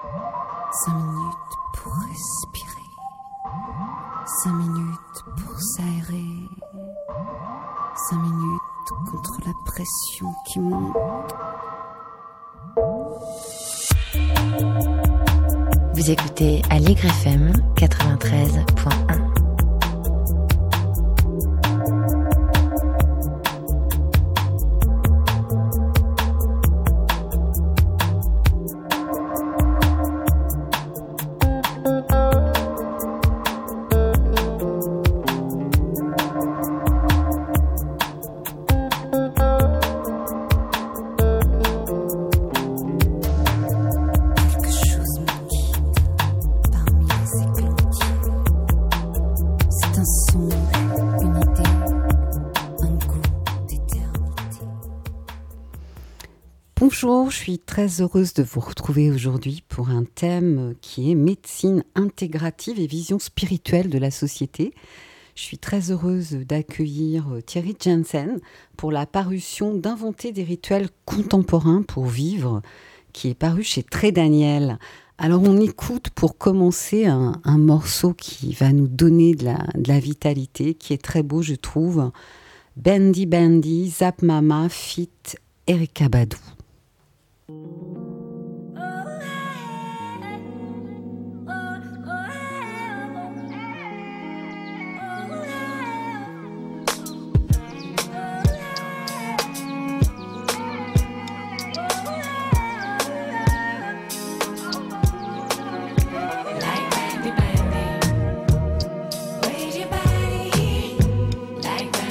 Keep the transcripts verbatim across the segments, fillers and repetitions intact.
Cinq minutes pour respirer. Cinq minutes pour s'aérer. Cinq minutes contre la pression qui monte. Vous écoutez Allegre F M quatre-vingt-treize point un. Bonjour, je suis très heureuse de vous retrouver aujourd'hui pour un thème qui est médecine intégrative et vision spirituelle de la société. Je suis très heureuse d'accueillir Thierry Jensen pour la parution d'Inventer des rituels contemporains pour vivre, qui est paru chez Très Daniel. Alors on écoute pour commencer un, un morceau qui va nous donner de la, de la vitalité, qui est très beau je trouve. Bendy Bendy, Zap Mama, Fit, Erykah Badu.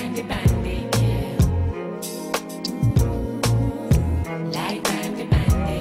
Like Bandy Bandy,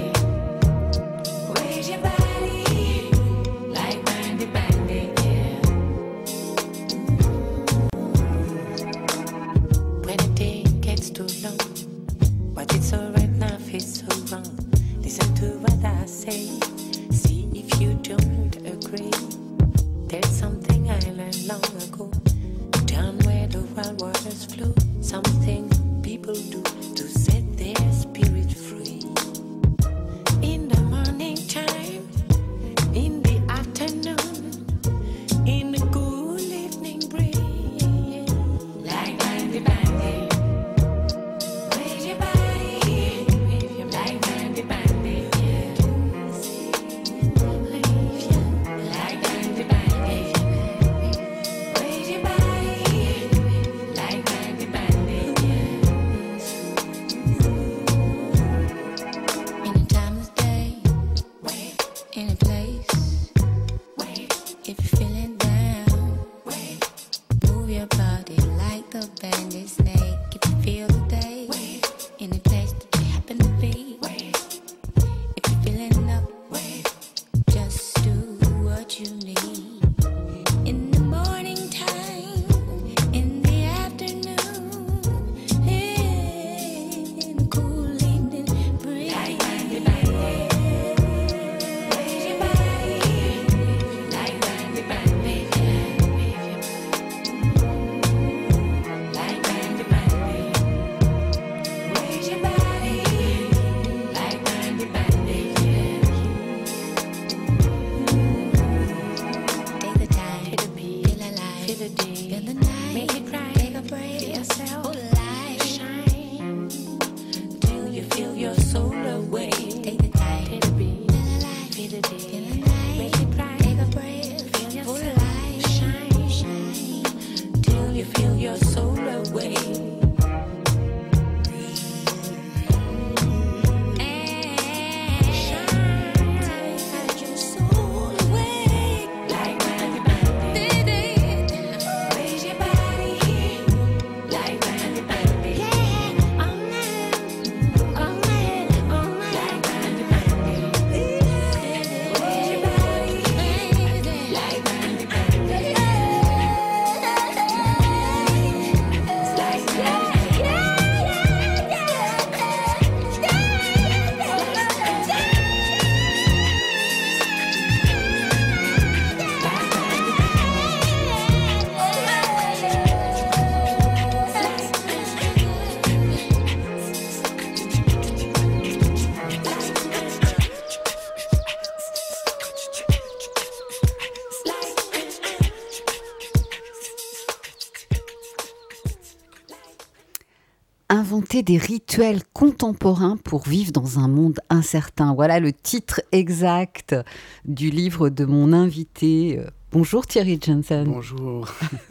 inventer des rituels contemporains pour vivre dans un monde incertain. Voilà le titre exact du livre de mon invité. Bonjour Thierry Jensen. Bonjour.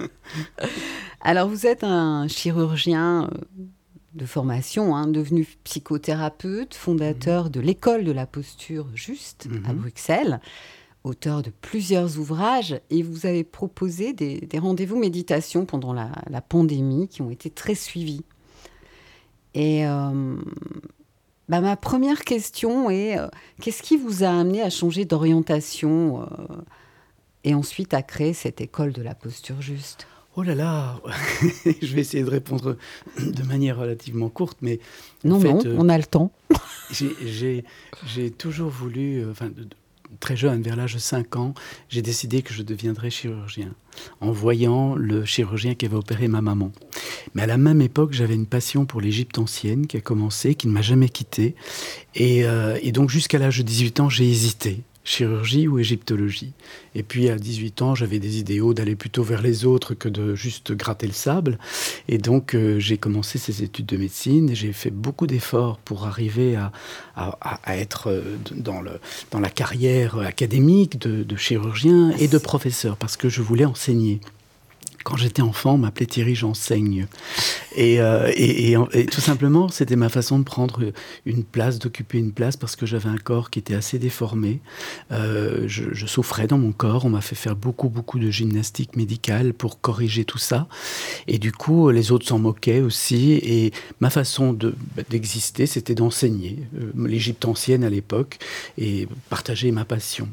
Alors vous êtes un chirurgien de formation, hein, devenu psychothérapeute, fondateur mmh. de l'école de la posture juste mmh. à Bruxelles, auteur de plusieurs ouvrages, et vous avez proposé des, des rendez-vous méditation pendant la, la pandémie qui ont été très suivis. Et euh, bah, ma première question est, euh, qu'est-ce qui vous a amené à changer d'orientation euh, et ensuite à créer cette école de la posture juste ? Oh là là, je vais essayer de répondre de manière relativement courte, mais non, en fait, non, euh, on a le temps. j'ai, j'ai, j'ai toujours voulu, euh, enfin, de, très jeune, vers l'âge de cinq ans, j'ai décidé que je deviendrais chirurgien, en voyant le chirurgien qui avait opéré ma maman. Mais à la même époque, j'avais une passion pour l'Égypte ancienne qui a commencé, qui ne m'a jamais quittée, et, euh, et donc jusqu'à l'âge de dix-huit ans, j'ai hésité. Chirurgie ou égyptologie. Et puis à dix-huit ans, j'avais des idéaux d'aller plutôt vers les autres que de juste gratter le sable. Et donc euh, j'ai commencé ces études de médecine et j'ai fait beaucoup d'efforts pour arriver à, à, à être dans, le, dans la carrière académique de, de chirurgien et de professeur, parce que je voulais enseigner. Quand j'étais enfant, on m'appelait Thierry, j'enseigne. Et, euh, et, et, et tout simplement, c'était ma façon de prendre une place, d'occuper une place, parce que j'avais un corps qui était assez déformé. Euh, je, je souffrais dans mon corps. On m'a fait faire beaucoup, beaucoup de gymnastique médicale pour corriger tout ça. Et du coup, les autres s'en moquaient aussi. Et ma façon de, d'exister, c'était d'enseigner euh, l'Égypte ancienne à l'époque et partager ma passion.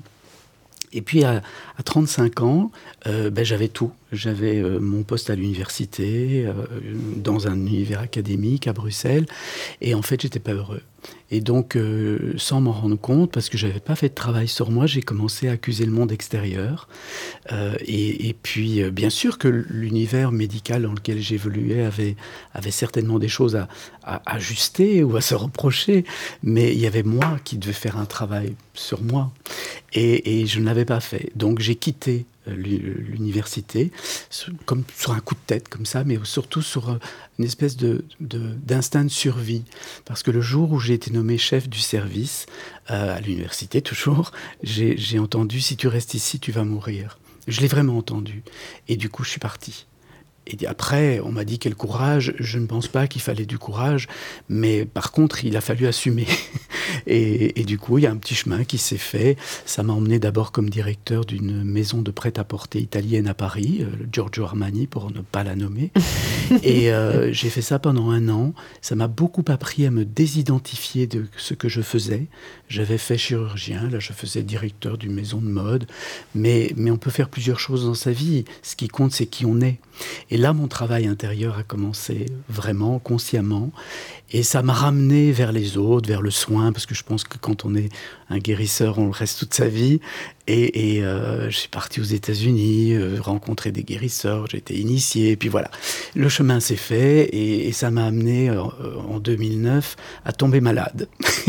Et puis à, à trente-cinq ans, euh, ben, j'avais tout. J'avais euh, mon poste à l'université, euh, dans un univers académique à Bruxelles. Et en fait, j'étais pas heureux. Et donc, euh, sans m'en rendre compte, parce que j'avais pas fait de travail sur moi, j'ai commencé à accuser le monde extérieur. Euh, et, et puis, euh, bien sûr que l'univers médical dans lequel j'évoluais avait, avait certainement des choses à, à ajuster ou à se reprocher. Mais il y avait moi qui devais faire un travail sur moi. Et, et je ne l'avais pas fait. Donc, j'ai quitté l'université, comme sur un coup de tête, comme ça, mais surtout sur une espèce de, de, d'instinct de survie. Parce que le jour où j'ai été nommé chef du service, euh, à l'université toujours, j'ai, j'ai entendu « si tu restes ici, tu vas mourir ». Je l'ai vraiment entendu. Et du coup, je suis parti. Et après, on m'a dit quel courage. Je ne pense pas qu'il fallait du courage, mais par contre, il a fallu assumer. Et, et du coup, il y a un petit chemin qui s'est fait. Ça m'a emmené d'abord comme directeur d'une maison de prêt-à-porter italienne à Paris, euh, Giorgio Armani, pour ne pas la nommer. Et euh, j'ai fait ça pendant un an. Ça m'a beaucoup appris à me désidentifier de ce que je faisais. J'avais fait chirurgien, là je faisais directeur d'une maison de mode. Mais, mais on peut faire plusieurs choses dans sa vie. Ce qui compte, c'est qui on est. Et là, mon travail intérieur a commencé vraiment, consciemment. Et ça m'a ramené vers les autres, vers le soin, parce que je pense que quand on est un guérisseur, on le reste toute sa vie. Et, et euh, je suis parti aux États-Unis, euh, rencontrer des guérisseurs, j'ai été initié, et puis voilà. Le chemin s'est fait, et, et ça m'a amené, euh, en deux mille neuf, à tomber malade.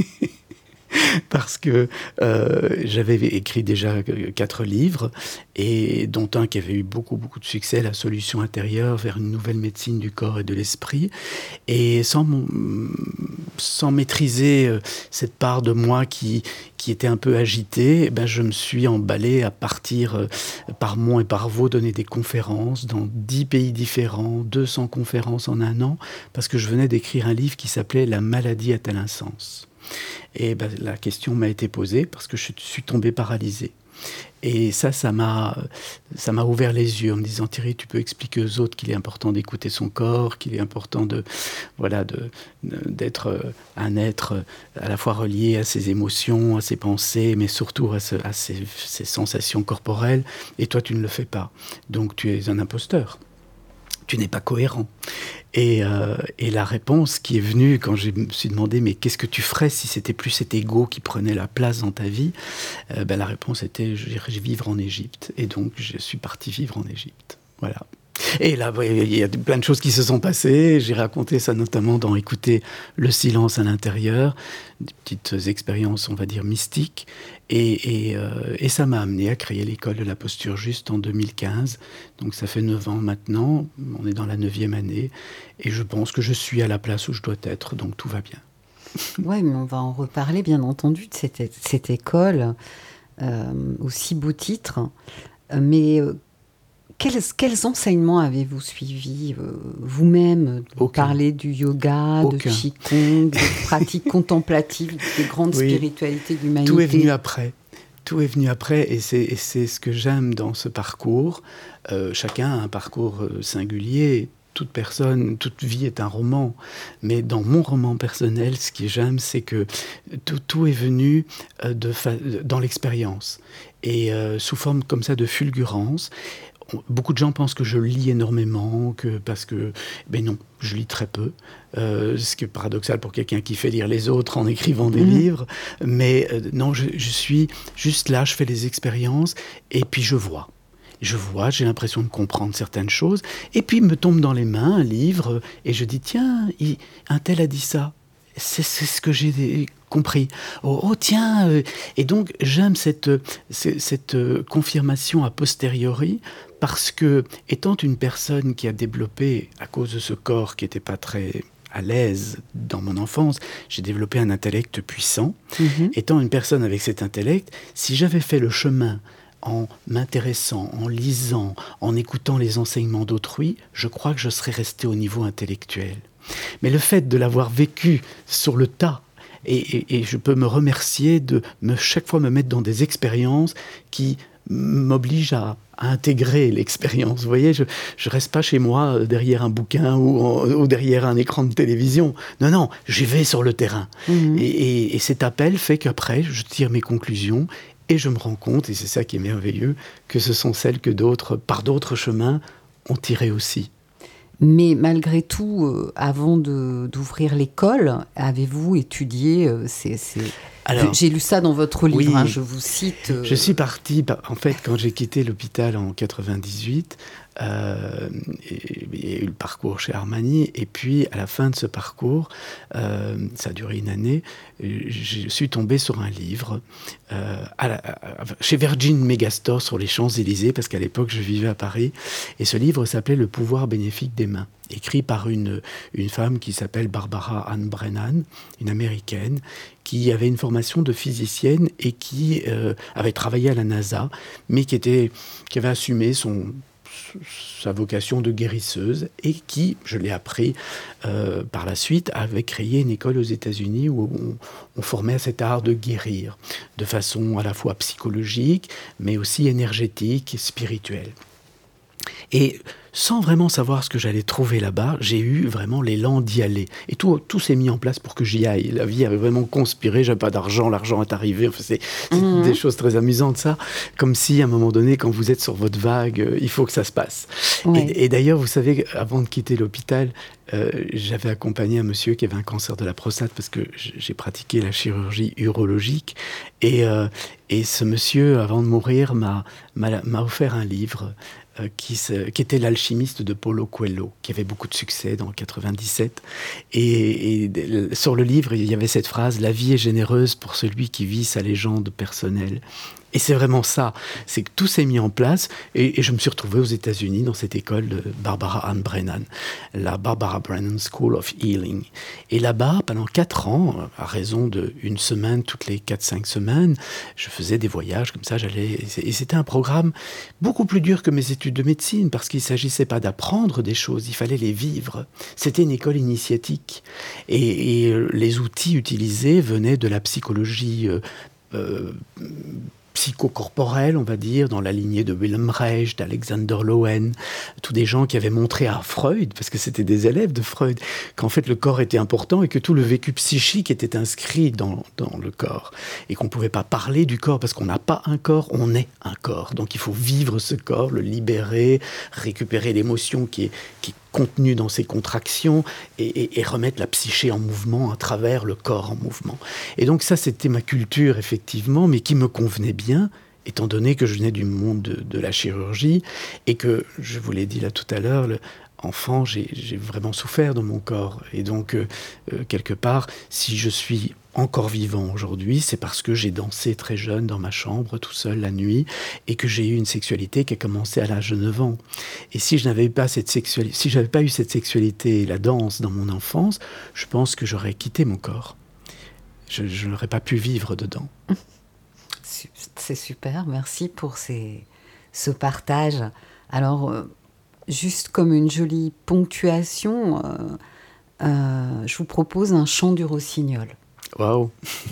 Parce que euh, j'avais écrit déjà quatre livres, et dont un qui avait eu beaucoup, beaucoup de succès, La solution intérieure vers une nouvelle médecine du corps et de l'esprit. Et sans, sans maîtriser cette part de moi qui, qui était un peu agitée, ben je me suis emballé à partir par Mont et par Vaux donner des conférences dans dix pays différents, deux cents conférences en un an, parce que je venais d'écrire un livre qui s'appelait « La maladie a-t-elle un sens ?» Et ben, la question m'a été posée parce que je suis tombé paralysé. Et ça, ça m'a, ça m'a ouvert les yeux en me disant « Thierry, tu peux expliquer aux autres qu'il est important d'écouter son corps, qu'il est important de, voilà, de, d'être un être à la fois relié à ses émotions, à ses pensées, mais surtout à, ce, à ses, ses sensations corporelles. Et toi, tu ne le fais pas. Donc, tu es un imposteur. Tu n'es pas cohérent. » Et, euh, et la réponse qui est venue quand je me suis demandé « mais qu'est-ce que tu ferais si c'était plus cet ego qui prenait la place dans ta vie ?» euh, ben, La réponse était « j'irai vivre en Égypte. » Et donc, je suis parti vivre en Égypte. Voilà. Et là, il y a plein de choses qui se sont passées. J'ai raconté ça notamment dans Écouter le silence à l'intérieur, des petites expériences, on va dire, mystiques. Et, et, euh, et ça m'a amené à créer l'école de la posture juste en deux mille quinze. Donc ça fait neuf ans maintenant, on est dans la neuvième année. Et je pense que je suis à la place où je dois être, donc tout va bien. Oui, mais on va en reparler, bien entendu, de cette, cette école, euh, aussi beau titre. Mais... Euh, Quels, quels enseignements avez-vous suivis euh, vous-même? Vous Aucun. parlez du yoga, Aucun. de Qigong, de pratiques contemplatives, des grandes Oui. spiritualités de l'humanité. Tout est venu après. Tout est venu après et c'est, et c'est ce que j'aime dans ce parcours. Euh, chacun a un parcours singulier. Toute personne, toute vie est un roman. Mais dans mon roman personnel, ce que j'aime, c'est que tout, tout est venu de fa- dans l'expérience. Et euh, sous forme comme ça de fulgurance. Beaucoup de gens pensent que je lis énormément, que, parce que... Ben non, je lis très peu. Euh, ce qui est paradoxal pour quelqu'un qui fait lire les autres en écrivant des mmh. livres. Mais euh, non, je, je suis juste là, je fais les expériences et puis je vois. Je vois, j'ai l'impression de comprendre certaines choses. Et puis me tombe dans les mains un livre et je dis, tiens, il, un tel a dit ça. C'est, c'est ce que j'ai compris. Oh, oh tiens euh, Et donc, j'aime cette, cette, cette confirmation a posteriori parce que, étant une personne qui a développé, à cause de ce corps qui n'était pas très à l'aise dans mon enfance, j'ai développé un intellect puissant. Mm-hmm. Étant une personne avec cet intellect, si j'avais fait le chemin en m'intéressant, en lisant, en écoutant les enseignements d'autrui, je crois que je serais resté au niveau intellectuel. Mais le fait de l'avoir vécu sur le tas, et, et, et je peux me remercier de me, chaque fois me mettre dans des expériences qui m'obligent à, à intégrer l'expérience. Vous voyez, je ne reste pas chez moi derrière un bouquin ou, ou derrière un écran de télévision. Non, non, j'y vais sur le terrain. Mmh. Et, et, et cet appel fait qu'après, je tire mes conclusions et je me rends compte, et c'est ça qui est merveilleux, que ce sont celles que d'autres, par d'autres chemins, ont tirées aussi. Mais malgré tout, euh, avant de, d'ouvrir l'école, avez-vous étudié euh, ces, ces... Alors, j'ai lu ça dans votre livre, oui, hein, je vous cite. Euh... Je suis parti, en fait, quand j'ai quitté l'hôpital en quatre-vingt-dix-huit, euh, et, et eu le parcours chez Armani, et puis à la fin de ce parcours, euh, ça a duré une année, je suis tombé sur un livre euh, à la, à, chez Virgin Megastore sur les Champs-Élysées, parce qu'à l'époque je vivais à Paris, et ce livre s'appelait Le pouvoir bénéfique des mains, écrit par une, une femme qui s'appelle Barbara Ann Brennan, une américaine, qui avait une formation de physicienne et qui euh, avait travaillé à la NASA, mais qui, était, qui avait assumé son, sa vocation de guérisseuse et qui, je l'ai appris euh, par la suite, avait créé une école aux États-Unis où on, on formait à cet art de guérir, de façon à la fois psychologique, mais aussi énergétique et spirituelle. Et sans vraiment savoir ce que j'allais trouver là-bas, j'ai eu vraiment l'élan d'y aller. Et tout, tout s'est mis en place pour que j'y aille. La vie avait vraiment conspiré, j'avais pas d'argent, l'argent est arrivé. Enfin, c'est c'est mmh. des choses très amusantes, ça. Comme si, à un moment donné, quand vous êtes sur votre vague, il faut que ça se passe. Ouais. Et, et d'ailleurs, vous savez, avant de quitter l'hôpital, euh, j'avais accompagné un monsieur qui avait un cancer de la prostate parce que j'ai pratiqué la chirurgie urologique. Et, euh, et ce monsieur, avant de mourir, m'a, m'a, m'a offert un livre Euh, qui, se, qui était l'alchimiste de Paulo Coelho, qui avait beaucoup de succès dans quatre-vingt-dix-sept. Et, et sur le livre, il y avait cette phrase « La vie est généreuse pour celui qui vit sa légende personnelle ». Et c'est vraiment ça, c'est que tout s'est mis en place et, et je me suis retrouvé aux États-Unis dans cette école de Barbara Ann Brennan, la Barbara Brennan School of Healing. Et là-bas, pendant quatre ans, à raison d'une semaine toutes les quatre cinq semaines, je faisais des voyages comme ça, j'allais, et c'était un programme beaucoup plus dur que mes études de médecine parce qu'il ne s'agissait pas d'apprendre des choses, il fallait les vivre. C'était une école initiatique et, et les outils utilisés venaient de la psychologie euh, euh, psychocorporelle, on va dire, dans la lignée de Wilhelm Reich, d'Alexander Lowen, tous des gens qui avaient montré à Freud, parce que c'était des élèves de Freud, qu'en fait le corps était important et que tout le vécu psychique était inscrit dans, dans le corps. Et qu'on ne pouvait pas parler du corps, parce qu'on n'a pas un corps, on est un corps. Donc il faut vivre ce corps, le libérer, récupérer l'émotion qui est, qui est contenue dans ses contractions et, et, et remettre la psyché en mouvement à travers le corps en mouvement. Et donc ça, c'était ma culture, effectivement, mais qui me convenait bien. étant donné que je venais du monde de, de la chirurgie et que, je vous l'ai dit là tout à l'heure, le, enfant, j'ai, j'ai vraiment souffert dans mon corps. Et donc, euh, euh, quelque part, si je suis encore vivant aujourd'hui, c'est parce que j'ai dansé très jeune dans ma chambre, tout seul, la nuit, et que j'ai eu une sexualité qui a commencé à l'âge de neuf ans. Et si je n'avais pas cette sexualité, si j'avais pas eu cette sexualité et la danse dans mon enfance, je pense que j'aurais quitté mon corps. Je, je n'aurais pas pu vivre dedans. C'est super, merci pour ces, ce partage. Alors, euh, juste comme une jolie ponctuation, euh, euh, je vous propose un chant du rossignol. Waouh.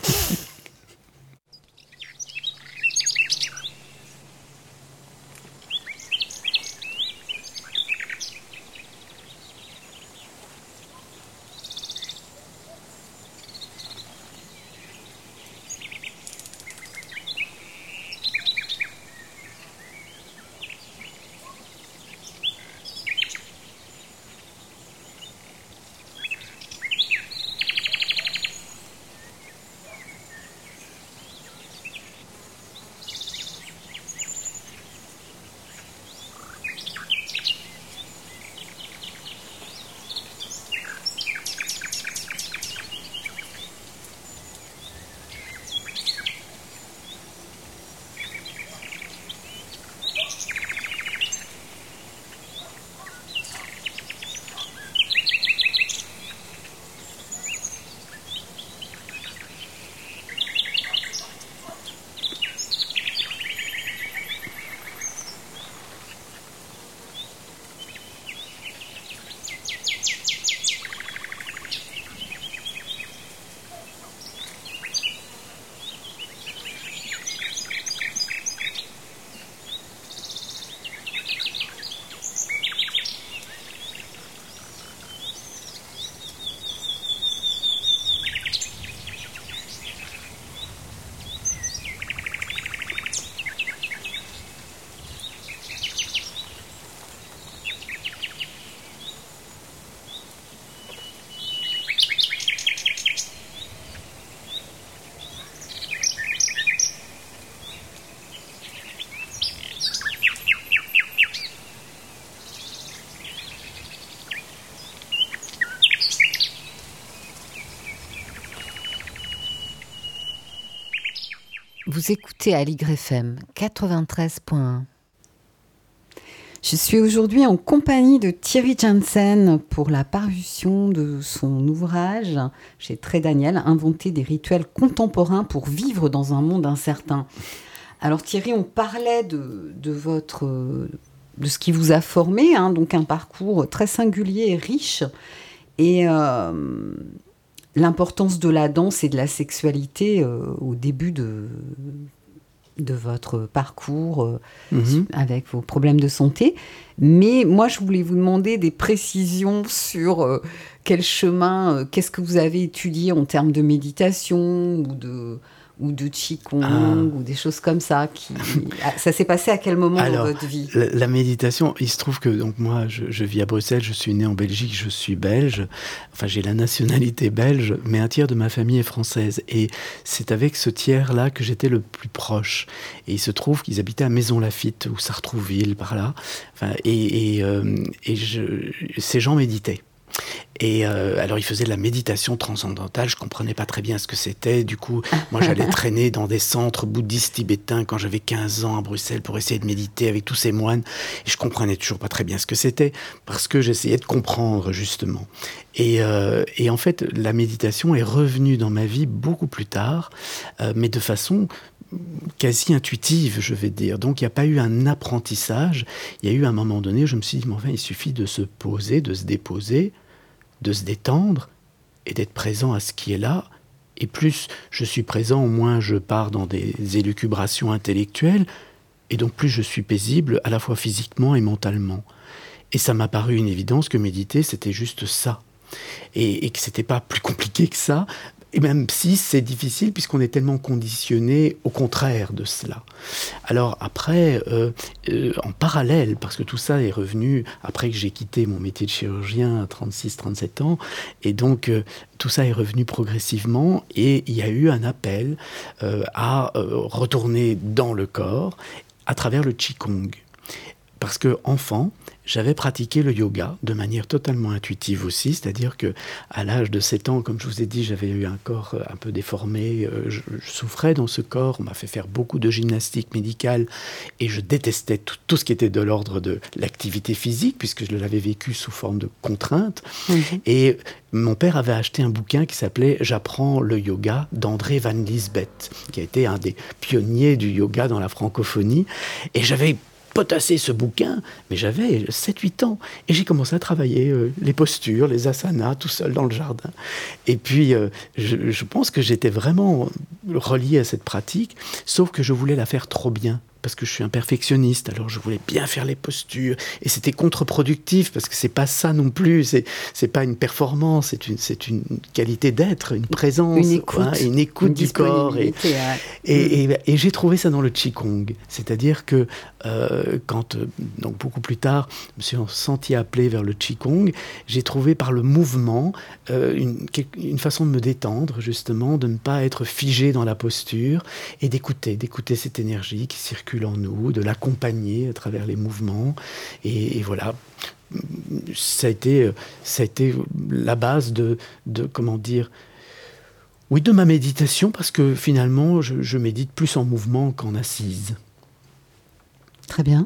Vous écoutez Aligre F M quatre-vingt-treize point un. Je suis aujourd'hui en compagnie de Thierry Janssen pour la parution de son ouvrage chez Trait Daniel, Inventer des rituels contemporains pour vivre dans un monde incertain. Alors Thierry, on parlait de, de, votre, de ce qui vous a formé, hein, donc un parcours très singulier et riche. Et euh, l'importance de la danse et de la sexualité euh, au début de, de votre parcours euh, mmh. avec vos problèmes de santé. Mais moi, je voulais vous demander des précisions sur euh, quel chemin, euh, qu'est-ce que vous avez étudié en termes de méditation ou de, ou de qigong ah. ou des choses comme ça. Qui... ça s'est passé à quel moment Alors, dans votre vie ? la, la méditation, il se trouve que donc moi, je, je vis à Bruxelles, je suis né en Belgique, je suis belge. Enfin, j'ai la nationalité belge, mais un tiers de ma famille est française. Et c'est avec ce tiers-là que j'étais le plus proche. Et il se trouve qu'ils habitaient à Maisons-Laffitte ou Sartrouville, par là. Enfin, et et, euh, et je, ces gens méditaient. Et euh, alors, il faisait de la méditation transcendantale. Je comprenais pas très bien ce que c'était. Du coup, moi, j'allais traîner dans des centres bouddhistes tibétains quand j'avais quinze ans à Bruxelles pour essayer de méditer avec tous ces moines. Et je comprenais toujours pas très bien ce que c'était parce que j'essayais de comprendre, justement. Et, euh, et en fait, la méditation est revenue dans ma vie beaucoup plus tard, euh, mais de façon quasi intuitive, je vais dire. Donc, il n'y a pas eu un apprentissage. Il y a eu un moment donné où je me suis dit, mais enfin, il suffit de se poser, de se déposer, de se détendre et d'être présent à ce qui est là. Et plus je suis présent, moins je pars dans des élucubrations intellectuelles. Et donc, plus je suis paisible, à la fois physiquement et mentalement. Et ça m'a paru une évidence que méditer, c'était juste ça. Et, et que c'était pas plus compliqué que ça. Et même si c'est difficile, puisqu'on est tellement conditionné au contraire de cela. Alors après, euh, euh, en parallèle, parce que tout ça est revenu après que j'ai quitté mon métier de chirurgien à trente-six trente-sept ans, et donc euh, tout ça est revenu progressivement, et il y a eu un appel euh, à euh, retourner dans le corps à travers le Qigong. Parce qu'enfant, j'avais pratiqué le yoga de manière totalement intuitive aussi, c'est-à-dire qu'à l'âge de sept ans, comme je vous ai dit, j'avais eu un corps un peu déformé, je, je souffrais dans ce corps, on m'a fait faire beaucoup de gymnastique médicale et je détestais tout, tout ce qui était de l'ordre de l'activité physique, puisque je l'avais vécu sous forme de contrainte. Mmh. Et mon père avait acheté un bouquin qui s'appelait « J'apprends le yoga » d'André Van Liesbeth, qui a été un des pionniers du yoga dans la francophonie, et j'avais potasser ce bouquin, mais j'avais sept huit ans et j'ai commencé à travailler euh, les postures, les asanas, tout seul dans le jardin. Et puis, euh, je, je pense que j'étais vraiment relié à cette pratique, sauf que je voulais la faire trop bien. Parce que je suis un perfectionniste, alors je voulais bien faire les postures, et c'était contre-productif, parce que c'est pas ça non plus, c'est, c'est pas une performance, c'est une, c'est une qualité d'être, une présence, une écoute, hein, une écoute une du corps, et, ouais. et, et, et j'ai trouvé ça dans le Qigong, c'est-à-dire que euh, quand, donc beaucoup plus tard, je me suis senti appelé vers le Qigong, j'ai trouvé par le mouvement euh, une, une façon de me détendre, justement, de ne pas être figé dans la posture, et d'écouter, d'écouter cette énergie qui circule en nous, de l'accompagner à travers les mouvements. Et, et voilà, ça a été, ça a été la base de, de, comment dire, oui, de ma méditation, parce que finalement, je, je médite plus en mouvement qu'en assise. Très bien.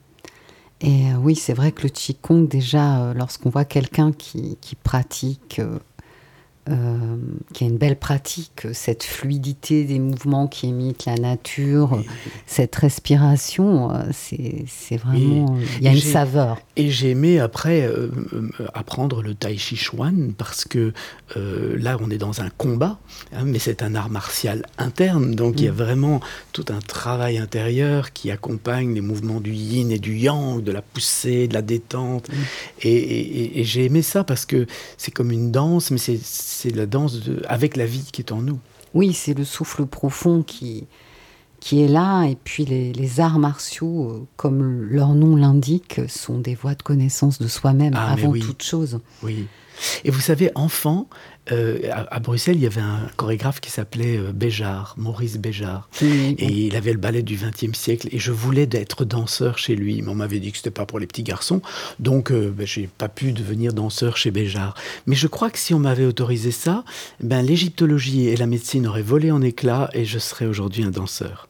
Et euh, oui, c'est vrai que le Qigong, déjà, euh, lorsqu'on voit quelqu'un qui, qui pratique... Euh, Euh, qui a une belle pratique, cette fluidité des mouvements qui imitent la nature, oui, oui. Cette respiration, c'est, c'est vraiment... Il y a une j'ai, saveur. Et j'ai aimé après euh, apprendre le Tai Chi Chuan, parce que euh, là, on est dans un combat, hein, mais c'est un art martial interne, donc mmh. il y a vraiment tout un travail intérieur qui accompagne les mouvements du yin et du yang, de la poussée, de la détente. Mmh. Et, et, et j'ai aimé ça parce que c'est comme une danse, mais c'est... c'est la danse de, avec la vie qui est en nous. Oui, c'est le souffle profond qui, qui est là. Et puis les, les arts martiaux, comme leur nom l'indique, sont des voies de connaissance de soi-même ah, avant oui. toute chose. Oui. Et vous savez, enfant, euh, à, à Bruxelles, il y avait un chorégraphe qui s'appelait euh, Béjart, Maurice Béjart. Oui, et oui. il avait le ballet du vingtième siècle. Et je voulais d'être danseur chez lui. Mais on m'avait dit que c'était pas pour les petits garçons. Donc, euh, ben, j'ai pas pu devenir danseur chez Béjart. Mais je crois que si on m'avait autorisé ça, ben, l'égyptologie et la médecine auraient volé en éclats et je serais aujourd'hui un danseur.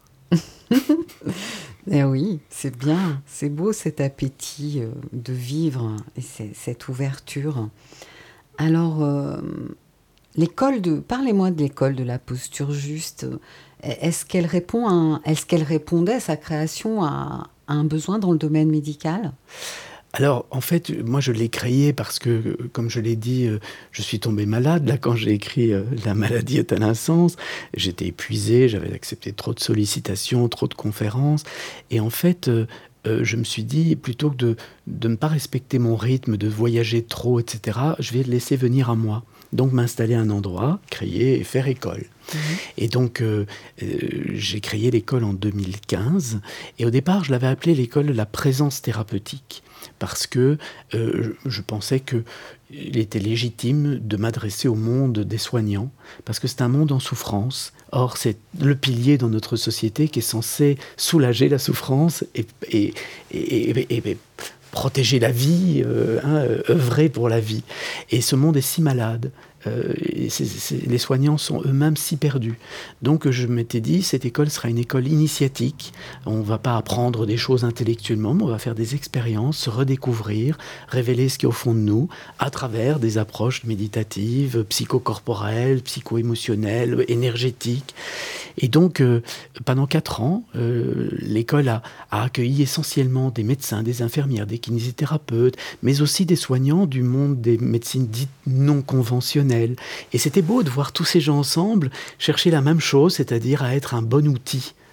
Eh oui, c'est bien. C'est beau cet appétit euh, de vivre et c'est, cette ouverture. Alors, euh, l'école de, parlez-moi de l'école de la posture juste. Est-ce qu'elle répond à un, est-ce qu'elle répondait à sa création à, à un besoin dans le domaine médical ? Alors, en fait, moi, je l'ai créé parce que, comme je l'ai dit, je suis tombé malade. Là, quand j'ai écrit « La maladie est un non-sens », j'étais épuisé, j'avais accepté trop de sollicitations, trop de conférences. Et en fait, euh, je me suis dit, plutôt que de, de ne pas respecter mon rythme, de voyager trop, et cetera, je vais le laisser venir à moi. Donc, m'installer à un endroit, créer et faire école. Mmh. Et donc, euh, euh, j'ai créé l'école en deux mille quinze. Et au départ, je l'avais appelée l'école de la présence thérapeutique. Parce que euh, je pensais qu'il était légitime de m'adresser au monde des soignants, parce que c'est un monde en souffrance. Or, c'est le pilier dans notre société qui est censé soulager la souffrance et, et, et, et, et, et protéger la vie, euh, hein, œuvrer pour la vie. Et ce monde est si malade. Euh, et c'est, c'est, les soignants sont eux-mêmes si perdus. Donc je m'étais dit, cette école sera une école initiatique. On ne va pas apprendre des choses intellectuellement, mais on va faire des expériences, se redécouvrir, révéler ce qui est au fond de nous, à travers des approches méditatives, psychocorporelles, psycho-émotionnelles, énergétiques. Et donc, euh, pendant quatre ans, euh, l'école a, a accueilli essentiellement des médecins, des infirmières, des kinésithérapeutes, mais aussi des soignants du monde des médecines dites non conventionnelles. Et c'était beau de voir tous ces gens ensemble chercher la même chose, c'est-à-dire à être un bon outil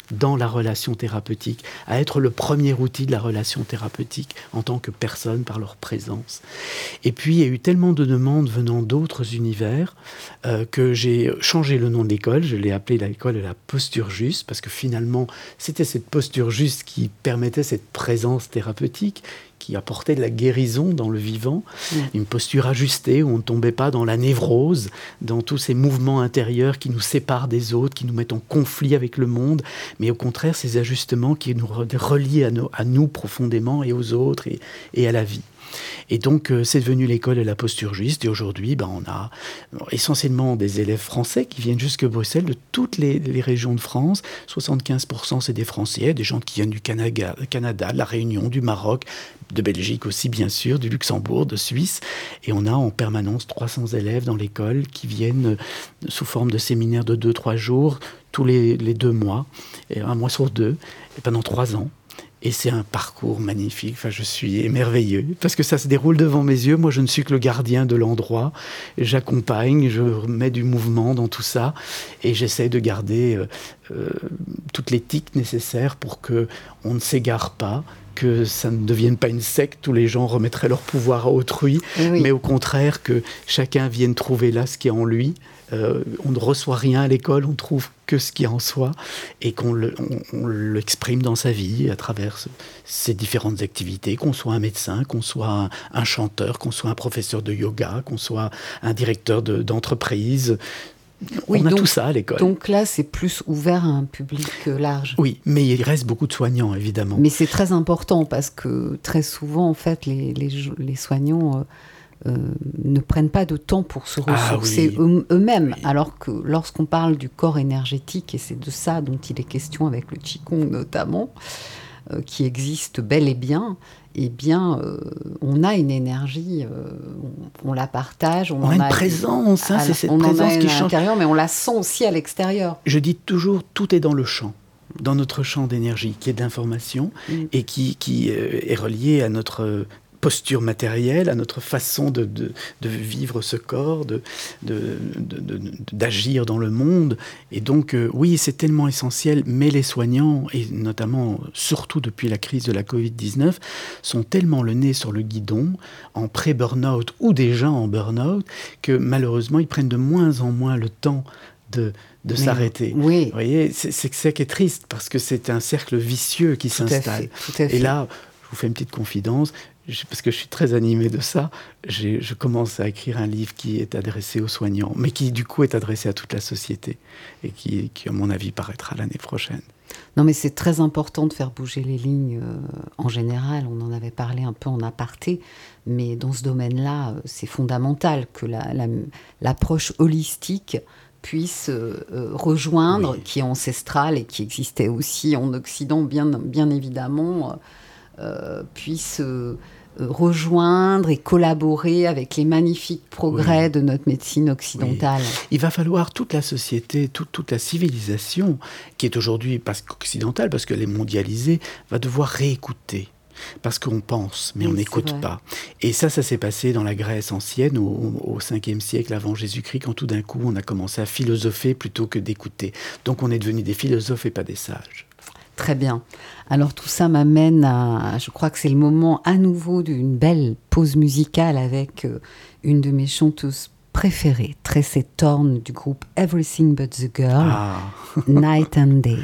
dans la relation thérapeutique, à être le premier outil de la relation thérapeutique en tant que personne par leur présence. Et puis il y a eu tellement de demandes venant d'autres univers euh, que j'ai changé le nom de l'école, je l'ai appelée l'école de la posture juste, parce que finalement c'était cette posture juste qui permettait cette présence thérapeutique, qui apportait de la guérison dans le vivant, mmh. une posture ajustée où on ne tombait pas dans la névrose, dans tous ces mouvements intérieurs qui nous séparent des autres, qui nous mettent en conflit avec le monde, mais au contraire ces ajustements qui nous relient à, nos, à nous profondément et aux autres et, et à la vie. Et donc, euh, c'est devenu l'école de la posture juste. Et aujourd'hui, ben, on a essentiellement des élèves français qui viennent jusque Bruxelles, de toutes les, les régions de France. soixante-quinze pour cent, c'est des Français, des gens qui viennent du Canada, Canada, de la Réunion, du Maroc, de Belgique aussi, bien sûr, du Luxembourg, de Suisse. Et on a en permanence trois cents élèves dans l'école qui viennent euh, sous forme de séminaires de deux trois jours, tous les, les deux mois, et un mois sur deux, et pendant trois ans. Et c'est un parcours magnifique. Enfin, je suis émerveilleux parce que ça se déroule devant mes yeux. Moi, je ne suis que le gardien de l'endroit. J'accompagne, je mets du mouvement dans tout ça et j'essaie de garder euh, euh, toute l'éthique nécessaire pour qu'on ne s'égare pas, que ça ne devienne pas une secte où les gens remettraient leur pouvoir à autrui, oui. mais au contraire que chacun vienne trouver là ce qui est en lui. Euh, on ne reçoit rien à l'école, on trouve que ce qui est en soi et qu'on le, on, on l'exprime dans sa vie à travers ce, ces différentes activités, qu'on soit un médecin, qu'on soit un, un chanteur, qu'on soit un professeur de yoga, qu'on soit un directeur de, d'entreprise. Oui, on a donc, tout ça à l'école. Donc là, c'est plus ouvert à un public large. Oui, mais il reste beaucoup de soignants, évidemment. Mais c'est très important parce que très souvent, en fait, les, les, les soignants... Euh, Euh, ne prennent pas de temps pour se ressourcer ah, oui. eux- eux-mêmes, oui. alors que lorsqu'on parle du corps énergétique, et c'est de ça dont il est question avec le Qigong notamment, euh, qui existe bel et bien, eh bien, euh, on a une énergie, euh, on, on la partage. On, on en a une a présence, hein, à, c'est cette on présence en a qui une change. à l'intérieur, mais on la sent aussi à l'extérieur. Je dis toujours, tout est dans le champ. Dans notre champ d'énergie, qui est d'information, mm. et qui, qui euh, est relié à notre posture matérielle, à notre façon de, de, de vivre ce corps, de, de, de, de, d'agir dans le monde. Et donc, euh, oui, c'est tellement essentiel, mais les soignants, et notamment, surtout depuis la crise de la covid dix-neuf, sont tellement le nez sur le guidon, en pré-burn-out ou déjà en burn-out, que malheureusement, ils prennent de moins en moins le temps de... de oui, s'arrêter. Oui. Vous voyez, c'est, c'est ça qui est triste, parce que c'est un cercle vicieux qui tout s'installe. À fait, tout à fait. Et là, je vous fais une petite confidence, je, parce que je suis très animé de ça, j'ai, je commence à écrire un livre qui est adressé aux soignants, mais qui du coup est adressé à toute la société, et qui, qui à mon avis, paraîtra l'année prochaine. Non, mais c'est très important de faire bouger les lignes euh, en général. On en avait parlé un peu en aparté, mais dans ce domaine-là, euh, c'est fondamental que la, la, l'approche holistique puisse euh, rejoindre, oui. qui est ancestrale et qui existait aussi en Occident, bien, bien évidemment, euh, puisse euh, rejoindre et collaborer avec les magnifiques progrès oui. de notre médecine occidentale. Oui. Il va falloir toute la société, toute, toute la civilisation, qui est aujourd'hui parce qu'occidentale, parce qu'elle est mondialisée, va devoir réécouter. Parce qu'on pense, mais oui, on n'écoute pas. Et ça, ça s'est passé dans la Grèce ancienne, au, au cinquième siècle avant Jésus-Christ, quand tout d'un coup, on a commencé à philosopher plutôt que d'écouter. Donc, on est devenus des philosophes et pas des sages. Très bien. Alors, tout ça m'amène à... Je crois que c'est le moment à nouveau d'une belle pause musicale avec une de mes chanteuses préférées, Tracey Thorn, du groupe Everything But The Girl, ah. Night and Day.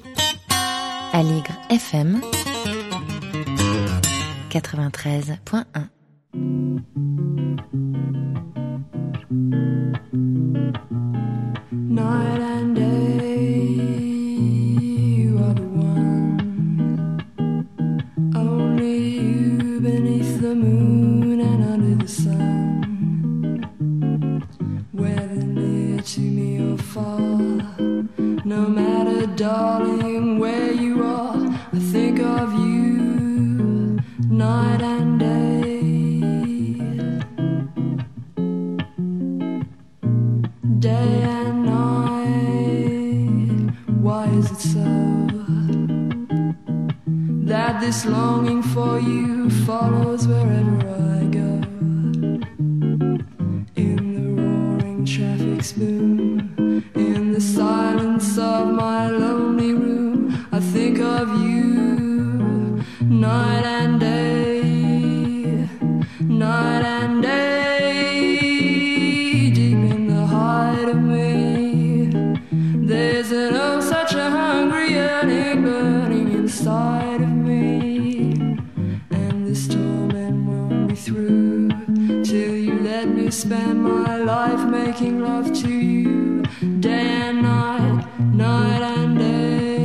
Aligre F M quatre-vingt-treize point un. Night and day, you are the one. Only you beneath the moon and under the sun. Whether near to me or far, no matter, darling, where you are, I think of you. Night and day, day and night. Why is it so that this longing for you follows wherever I go? In the roaring traffic's boom, in the silence of my lonely room, night and day, night and day, deep in the heart of me. There's an oh such a hungry yearning burning inside of me, and this torment won't be through till you let me spend my life making love to you, day and night, night and day.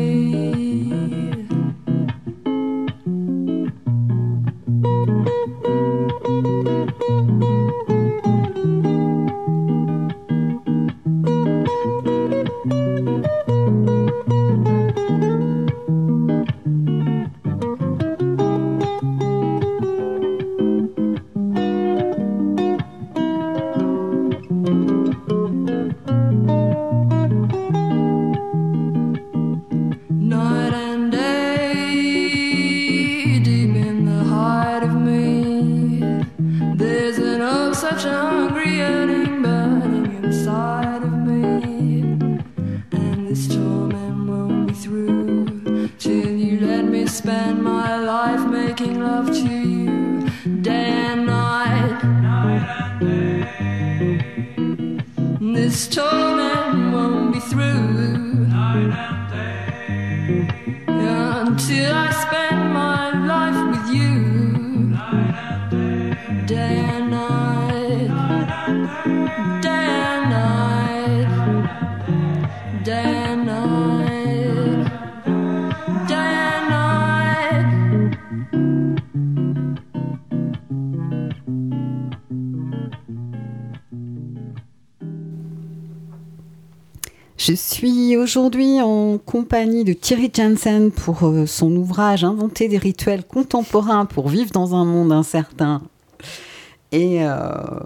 Je suis aujourd'hui en compagnie de Thierry Jensen pour euh, son ouvrage « Inventer des rituels contemporains pour vivre dans un monde incertain ». Et euh,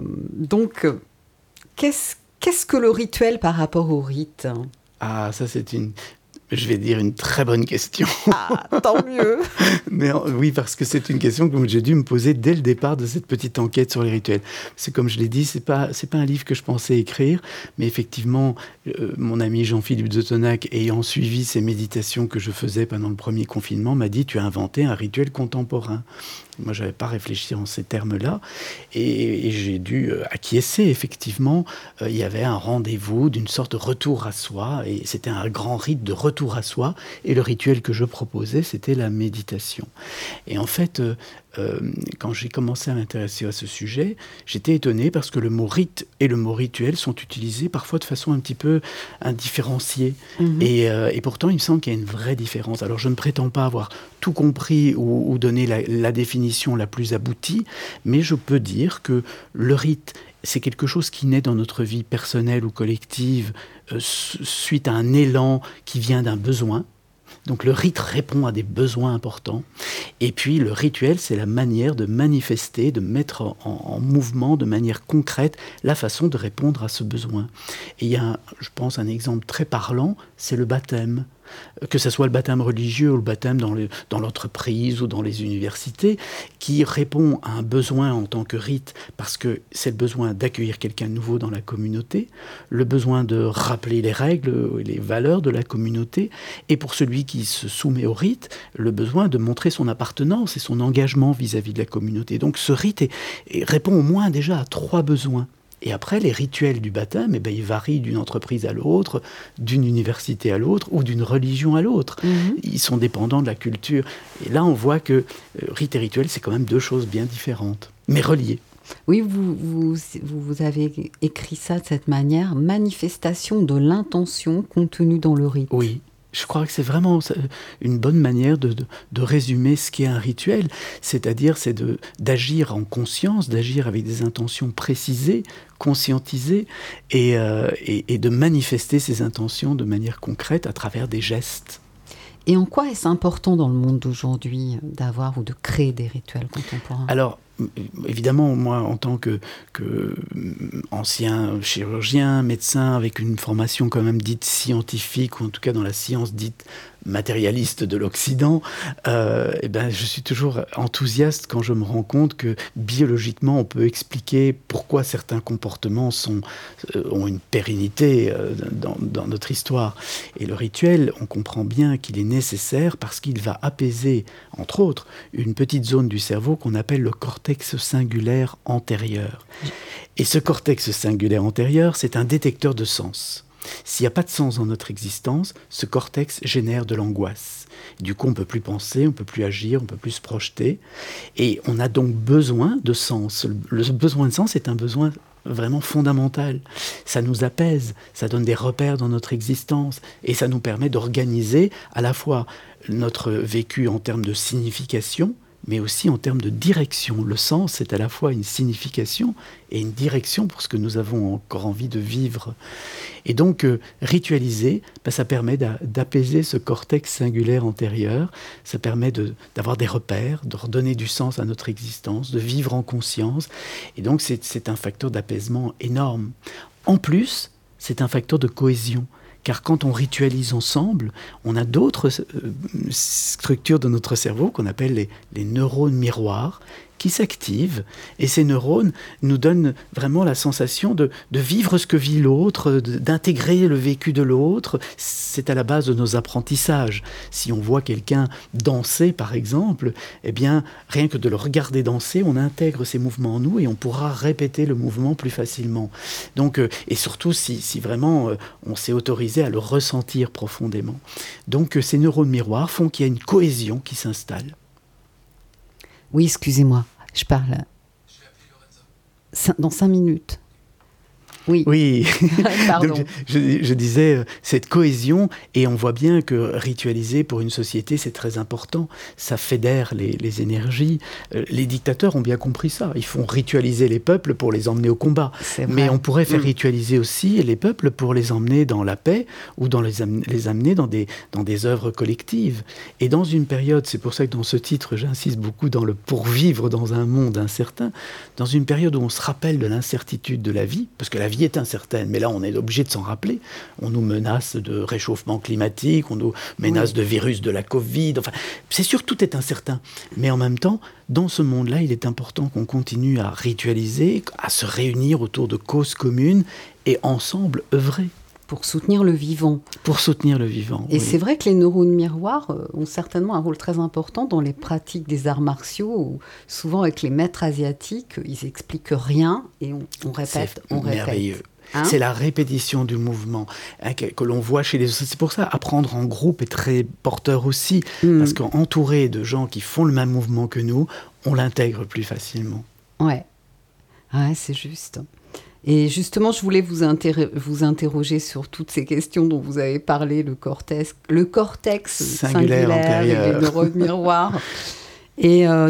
donc, qu'est-ce, qu'est-ce que le rituel par rapport au rite ? Ah, ça c'est une... Je vais dire une très bonne question. Ah, tant mieux. Mais oui, parce que c'est une question que j'ai dû me poser dès le départ de cette petite enquête sur les rituels. C'est comme je l'ai dit, c'est pas c'est pas un livre que je pensais écrire, mais effectivement, euh, mon ami Jean-Philippe de Tonac, ayant suivi ces méditations que je faisais pendant le premier confinement, m'a dit « Tu as inventé un rituel contemporain ». Moi, je n'avais pas réfléchi en ces termes-là. Et, et j'ai dû euh, acquiescer, effectivement. Euh, il y avait un rendez-vous d'une sorte de retour à soi. Et c'était un grand rite de retour à soi. Et le rituel que je proposais, c'était la méditation. Et en fait, euh, euh, quand j'ai commencé à m'intéresser à ce sujet, j'étais étonné parce que le mot rite et le mot rituel sont utilisés parfois de façon un petit peu indifférenciée. Mmh. Et, euh, et pourtant, il me semble qu'il y a une vraie différence. Alors, je ne prétends pas avoir tout compris ou, ou donné la, la définition la plus aboutie, mais je peux dire que le rite, c'est quelque chose qui naît dans notre vie personnelle ou collective euh, suite à un élan qui vient d'un besoin. Donc le rite répond à des besoins importants. Et puis le rituel, c'est la manière de manifester, de mettre en, en mouvement de manière concrète la façon de répondre à ce besoin. Et il y a, je pense, un exemple très parlant, c'est le baptême. Que ce soit le baptême religieux ou le baptême dans, le, dans l'entreprise ou dans les universités, qui répond à un besoin en tant que rite, parce que c'est le besoin d'accueillir quelqu'un de nouveau dans la communauté, le besoin de rappeler les règles et les valeurs de la communauté, et pour celui qui se soumet au rite, le besoin de montrer son appartenance et son engagement vis-à-vis de la communauté. Donc ce rite est, est, répond au moins déjà à trois besoins. Et après, les rituels du baptême, eh ben, ils varient d'une entreprise à l'autre, d'une université à l'autre ou d'une religion à l'autre. Mmh. Ils sont dépendants de la culture. Et là, on voit que euh, rite et rituel, c'est quand même deux choses bien différentes, mais reliées. Oui, vous, vous, vous avez écrit ça de cette manière, manifestation de l'intention contenue dans le rite. Oui. Je crois que c'est vraiment une bonne manière de, de, de résumer ce qu'est un rituel. C'est-à-dire, c'est de, d'agir en conscience, d'agir avec des intentions précisées, conscientisées, et, euh, et, et de manifester ces intentions de manière concrète à travers des gestes. Et en quoi est-ce important dans le monde d'aujourd'hui d'avoir ou de créer des rituels contemporains ? Alors, évidemment, moi, en tant que, que ancien chirurgien, médecin, avec une formation quand même dite scientifique, ou en tout cas dans la science dite matérialiste de l'Occident, euh, eh ben, je suis toujours enthousiaste quand je me rends compte que biologiquement, on peut expliquer pourquoi certains comportements sont, euh, ont une pérennité euh, dans, dans notre histoire. Et le rituel, on comprend bien qu'il est nécessaire parce qu'il va apaiser, entre autres, une petite zone du cerveau qu'on appelle le cortex singulaire antérieur. Et ce cortex singulaire antérieur, c'est un détecteur de sens. S'il n'y a pas de sens dans notre existence, ce cortex génère de l'angoisse. Du coup, on ne peut plus penser, on ne peut plus agir, on ne peut plus se projeter. Et on a donc besoin de sens. Le besoin de sens est un besoin vraiment fondamental. Ça nous apaise, ça donne des repères dans notre existence et ça nous permet d'organiser à la fois notre vécu en termes de signification, mais aussi en termes de direction. Le sens, c'est à la fois une signification et une direction pour ce que nous avons encore envie de vivre. Et donc, euh, ritualiser, ben, ça permet d'a- d'apaiser ce cortex singulaire antérieur, ça permet de, d'avoir des repères, de redonner du sens à notre existence, de vivre en conscience. Et donc, c'est, c'est un facteur d'apaisement énorme. En plus, c'est un facteur de cohésion. Car quand on ritualise ensemble, on a d'autres euh, structures de notre cerveau qu'on appelle les, les neurones miroirs qui s'activent. Et ces neurones nous donnent vraiment la sensation de, de vivre ce que vit l'autre, de, d'intégrer le vécu de l'autre. C'est à la base de nos apprentissages. Si on voit quelqu'un danser, par exemple, eh bien, rien que de le regarder danser, on intègre ces mouvements en nous et on pourra répéter le mouvement plus facilement. Donc, euh, et surtout, si, si vraiment euh, on s'est autorisé à le ressentir profondément. Donc, euh, ces neurones miroirs font qu'il y a une cohésion qui s'installe. Oui, excusez-moi, je parle. Cin- Dans cinq minutes. Oui. Oui, Pardon. donc je, je disais euh, cette cohésion, et on voit bien que ritualiser pour une société, c'est très important. Ça fédère les, les énergies. Euh, les dictateurs ont bien compris ça. Ils font ritualiser les peuples pour les emmener au combat. C'est vrai. Mais on pourrait faire Mm. ritualiser aussi les peuples pour les emmener dans la paix ou dans les, am- les amener dans des, dans des œuvres collectives. Et dans une période, c'est pour ça que dans ce titre, j'insiste beaucoup dans le pour vivre dans un monde incertain, dans une période où on se rappelle de l'incertitude de la vie, parce que la vie est incertaine, mais là on est obligé de s'en rappeler. On nous menace de réchauffement climatique, on nous menace Oui. de virus de la Covid, enfin, c'est sûr que tout est incertain. Mais en même temps, dans ce monde-là, il est important qu'on continue à ritualiser, à se réunir autour de causes communes et ensemble œuvrer Pour soutenir le vivant. pour soutenir le vivant. Et oui. c'est vrai que les neurones miroirs euh, ont certainement un rôle très important dans les pratiques des arts martiaux, où souvent avec les maîtres asiatiques, ils expliquent rien et on, on répète, C'est on répète. merveilleux. Hein? C'est la répétition du mouvement hein, que, que l'on voit chez les autres. C'est pour ça, apprendre en groupe est très porteur aussi, Mm. parce qu'entouré de gens qui font le même mouvement que nous, on l'intègre plus facilement. Ouais, ouais, c'est juste. Et justement, je voulais vous, interro- vous interroger sur toutes ces questions dont vous avez parlé, le cortex, le cortex Singulaire singulaire et antérieur. les neurones miroirs. Et euh,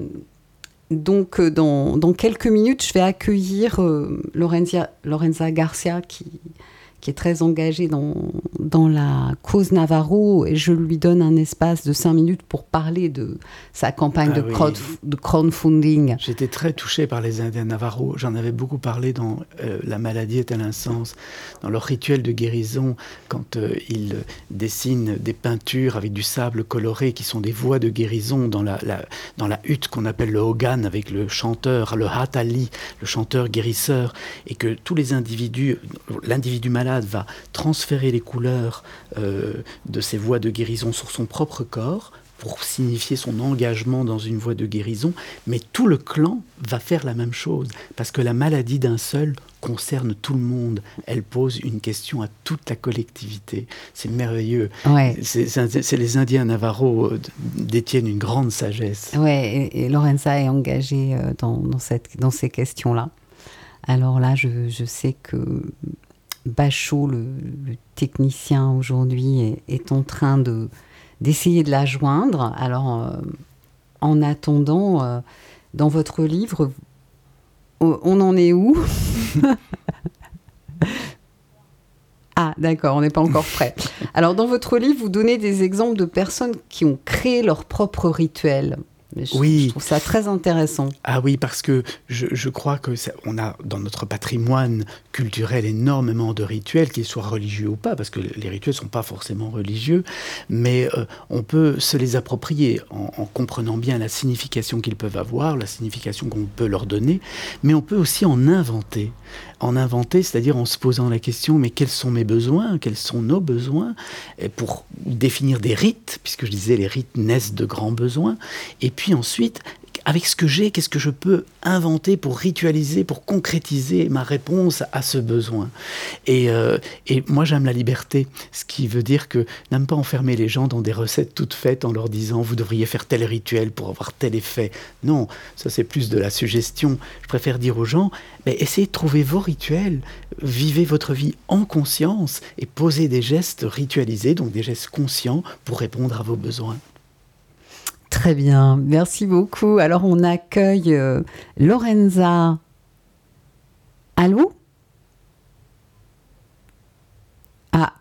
donc, euh, dans, dans quelques minutes, je vais accueillir euh, Lorenza, Lorenza Garcia, qui, qui est très engagée dans, dans la cause Navarro, et je lui donne un espace de cinq minutes pour parler de sa campagne Ah de, oui. crowd, de crowdfunding. J'étais très touché par les Indiens Navarro. J'en avais beaucoup parlé dans euh, La maladie est-elle un sens, dans leur rituel de guérison, quand euh, ils dessinent des peintures avec du sable coloré qui sont des voies de guérison dans la, la, dans la hutte qu'on appelle le Hogan avec le chanteur, le Hatali, le chanteur guérisseur, et que tous les individus, l'individu malade va transférer les couleurs euh, de ces voies de guérison sur son propre corps pour signifier son engagement dans une voie de guérison, mais tout le clan va faire la même chose, parce que la maladie d'un seul concerne tout le monde. Elle pose une question à toute la collectivité. C'est merveilleux. Ouais. C'est, c'est, c'est les Indiens Navarro euh, détiennent une grande sagesse. Ouais, et, et Lorenza est engagée euh, dans, dans, cette, dans ces questions-là. Alors là, je, je sais que Bachot, le, le technicien aujourd'hui, est, est en train de, d'essayer de la joindre. Alors, euh, en attendant, euh, dans votre livre, on en est où ? Ah, d'accord, on n'est pas encore prêt. Alors, dans votre livre, vous donnez des exemples de personnes qui ont créé leur propre rituel. Je, oui. je trouve ça très intéressant. Ah oui, parce que je, je crois que ça, on a dans notre patrimoine culturel énormément de rituels, qu'ils soient religieux ou pas, parce que les rituels ne sont pas forcément religieux, mais euh, on peut se les approprier en, en comprenant bien la signification qu'ils peuvent avoir, la signification qu'on peut leur donner, mais on peut aussi en inventer. En inventer, c'est-à-dire en se posant la question, mais quels sont mes besoins, quels sont nos besoins, et pour définir des rites, puisque je disais les rites naissent de grands besoins, et puis ensuite, avec ce que j'ai, qu'est-ce que je peux inventer pour ritualiser, pour concrétiser ma réponse à ce besoin. Et, euh, et moi, j'aime la liberté, ce qui veut dire que n'aime pas enfermer les gens dans des recettes toutes faites en leur disant « vous devriez faire tel rituel pour avoir tel effet ». Non, ça c'est plus de la suggestion. Je préfère dire aux gens mais « essayez de trouver vos rituels, vivez votre vie en conscience et posez des gestes ritualisés, donc des gestes conscients pour répondre à vos besoins ». Très bien, merci beaucoup. Alors, on accueille euh, Lorenza. Allô ? Ah,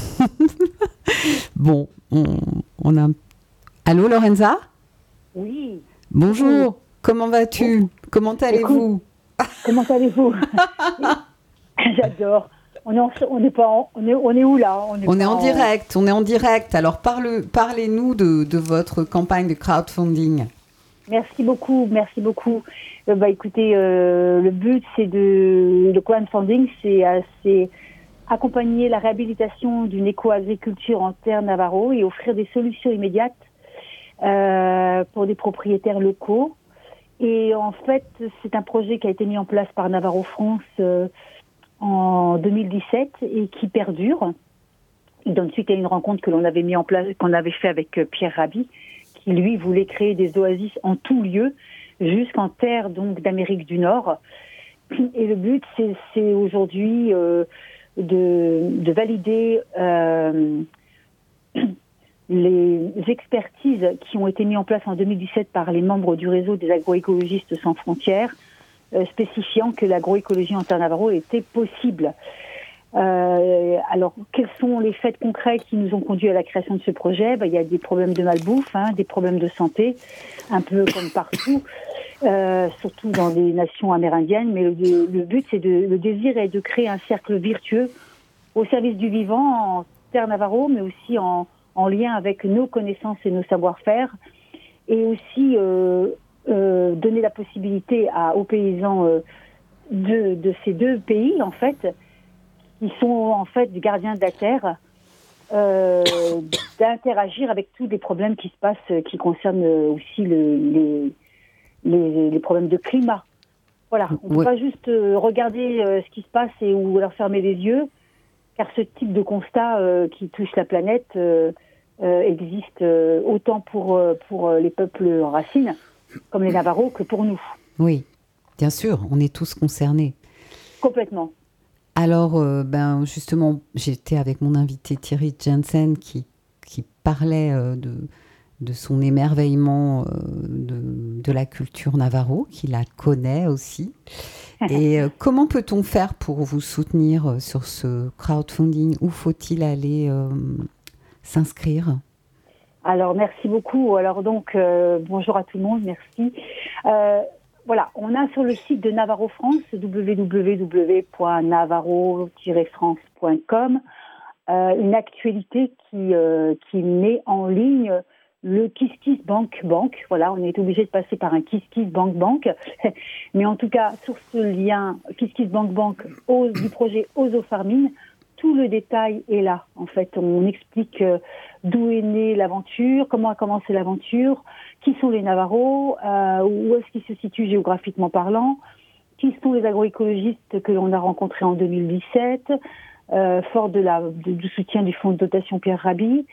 bon, on, on a... Allô, Lorenza ? Oui. Bonjour, oui. Comment vas-tu ? Bon. Comment allez-vous ? Comment allez-vous ? J'adore. On est, en, on est pas en, on est, on est où là ? On est, on est en, en direct, on est en direct. Alors parle, parlez-nous de, de votre campagne de crowdfunding. Merci beaucoup, merci beaucoup. Euh, bah écoutez, euh, le but c'est de le crowdfunding, c'est, euh, c'est accompagner la réhabilitation d'une éco-agriculture en terre Navarro et offrir des solutions immédiates euh, pour des propriétaires locaux. Et en fait, c'est un projet qui a été mis en place par Navarro France. Euh, en deux mille dix-sept et qui perdure. Il donne suite à une rencontre que l'on avait mis en place, qu'on avait fait avec Pierre Rabhi, qui lui voulait créer des oasis en tout lieu, jusqu'en terre donc d'Amérique du Nord. Et le but, c'est, c'est aujourd'hui euh, de, de valider euh, les expertises qui ont été mises en place en deux mille dix-sept par les membres du réseau des agroécologistes sans frontières, Euh, spécifiant que l'agroécologie en terre Navarro était possible. Euh, alors, quels sont les faits concrets qui nous ont conduits à la création de ce projet ? Ben, il y a des problèmes de malbouffe, hein, des problèmes de santé, un peu comme partout, euh, surtout dans les nations amérindiennes. Mais le, le but, c'est de, le désir est de créer un cercle vertueux au service du vivant en terre Navarro, mais aussi en, en lien avec nos connaissances et nos savoir-faire, et aussi euh, Euh, donner la possibilité à, aux paysans euh, de, de ces deux pays, en fait, qui sont en fait des gardiens de la terre, euh, d'interagir avec tous les problèmes qui se passent, qui concernent aussi le, les, les, les problèmes de climat. Voilà, on ne peut ouais. pas juste euh, regarder euh, ce qui se passe et ou leur fermer les yeux, car ce type de constat euh, qui touche la planète euh, euh, existe euh, autant pour, euh, pour les peuples racines, comme les Navarros, que pour nous. Oui, bien sûr, on est tous concernés. Complètement. Alors, euh, ben, justement, j'étais avec mon invité Thierry Jensen qui, qui parlait euh, de, de son émerveillement euh, de, de la culture Navarro, qui la connaît aussi. Et euh, comment peut-on faire pour vous soutenir euh, sur ce crowdfunding ? Où faut-il aller euh, s'inscrire ? Alors, merci beaucoup. Alors donc, euh, bonjour à tout le monde, merci. Euh, voilà, on a sur le site de Navarro France, w w w point navarro tiret france point com, euh, une actualité qui, euh, qui met en ligne le KissKiss Bank Bank. Voilà, on est obligé de passer par un KissKiss Bank Bank. Mais en tout cas, sur ce lien KissKiss Bank Bank au, du projet Osofarmine, tout le détail est là. En fait, on explique euh, d'où est née l'aventure, comment a commencé l'aventure, qui sont les Navarros, euh, où est-ce qu'ils se situent géographiquement parlant, qui sont les agroécologistes que l'on a rencontrés en deux mille dix-sept, euh, fort de la, de, du soutien du fonds de dotation Pierre Rabhi.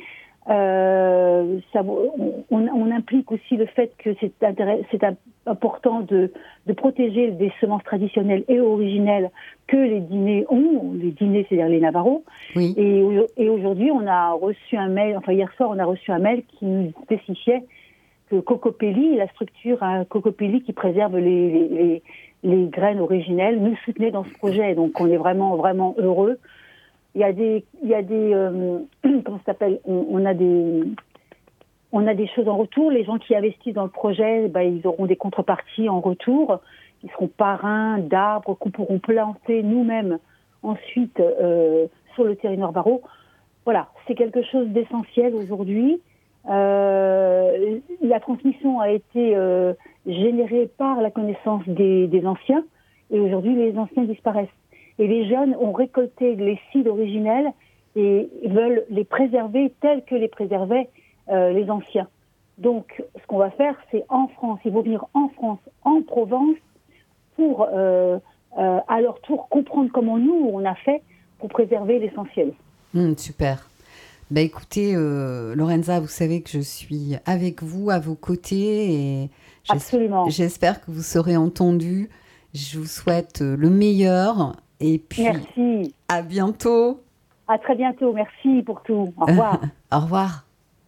Euh, ça, on, on implique aussi le fait que c'est, c'est important de, de protéger des semences traditionnelles et originelles que les dîners ont, les dîners, c'est-à-dire les Navarros. Oui. Et, et aujourd'hui, on a reçu un mail, enfin hier soir, on a reçu un mail qui nous spécifiait que Cocopelli, la structure hein, Cocopelli qui préserve les, les, les, les graines originelles, nous soutenait dans ce projet. Donc on est vraiment, vraiment heureux. Il y a des, il y a des, euh, comment ça s'appelle, on, on a des, on a des choses en retour. Les gens qui investissent dans le projet, bah, ils auront des contreparties en retour. Ils seront parrains d'arbres qu'on pourront planter nous-mêmes ensuite euh, sur le territoire Varro. Voilà, c'est quelque chose d'essentiel aujourd'hui. Euh, la transmission a été euh, générée par la connaissance des, des anciens, et aujourd'hui les anciens disparaissent. Et les jeunes ont récolté les sites originels et veulent les préserver tels que les préservaient euh, les anciens. Donc, ce qu'on va faire, c'est en France, ils vont venir en France, en Provence, pour euh, euh, à leur tour comprendre comment nous, on a fait pour préserver l'essentiel. Mmh, super. Bah, écoutez, euh, Lorenza, vous savez que je suis avec vous, à vos côtés, et j'es- Absolument. j'espère que vous serez entendus. Je vous souhaite le meilleur, et puis Merci. à bientôt. À très bientôt. Merci pour tout. Au revoir. Au revoir.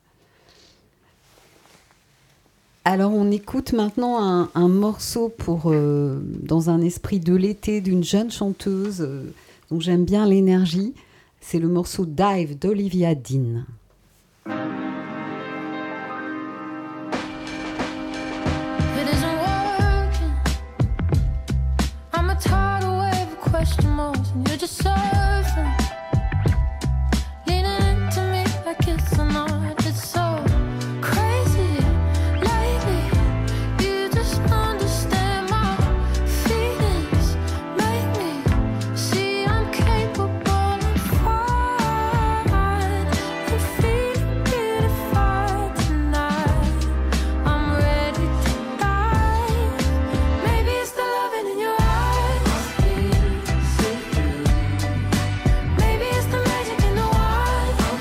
Alors, on écoute maintenant un, un morceau pour, euh, dans un esprit de l'été d'une jeune chanteuse euh, dont j'aime bien l'énergie. C'est le morceau Dive d'Olivia Dean. It isn't working. I'm a tidal wave of question marks, and you're just surfing, leaning into me like it's a night. It's so crazy lately. You just understand my feelings, make me see I'm capable of flying and feeling beautified tonight. I'm ready to dive. Maybe it's the loving in your eyes. Maybe it's the magic in the wild.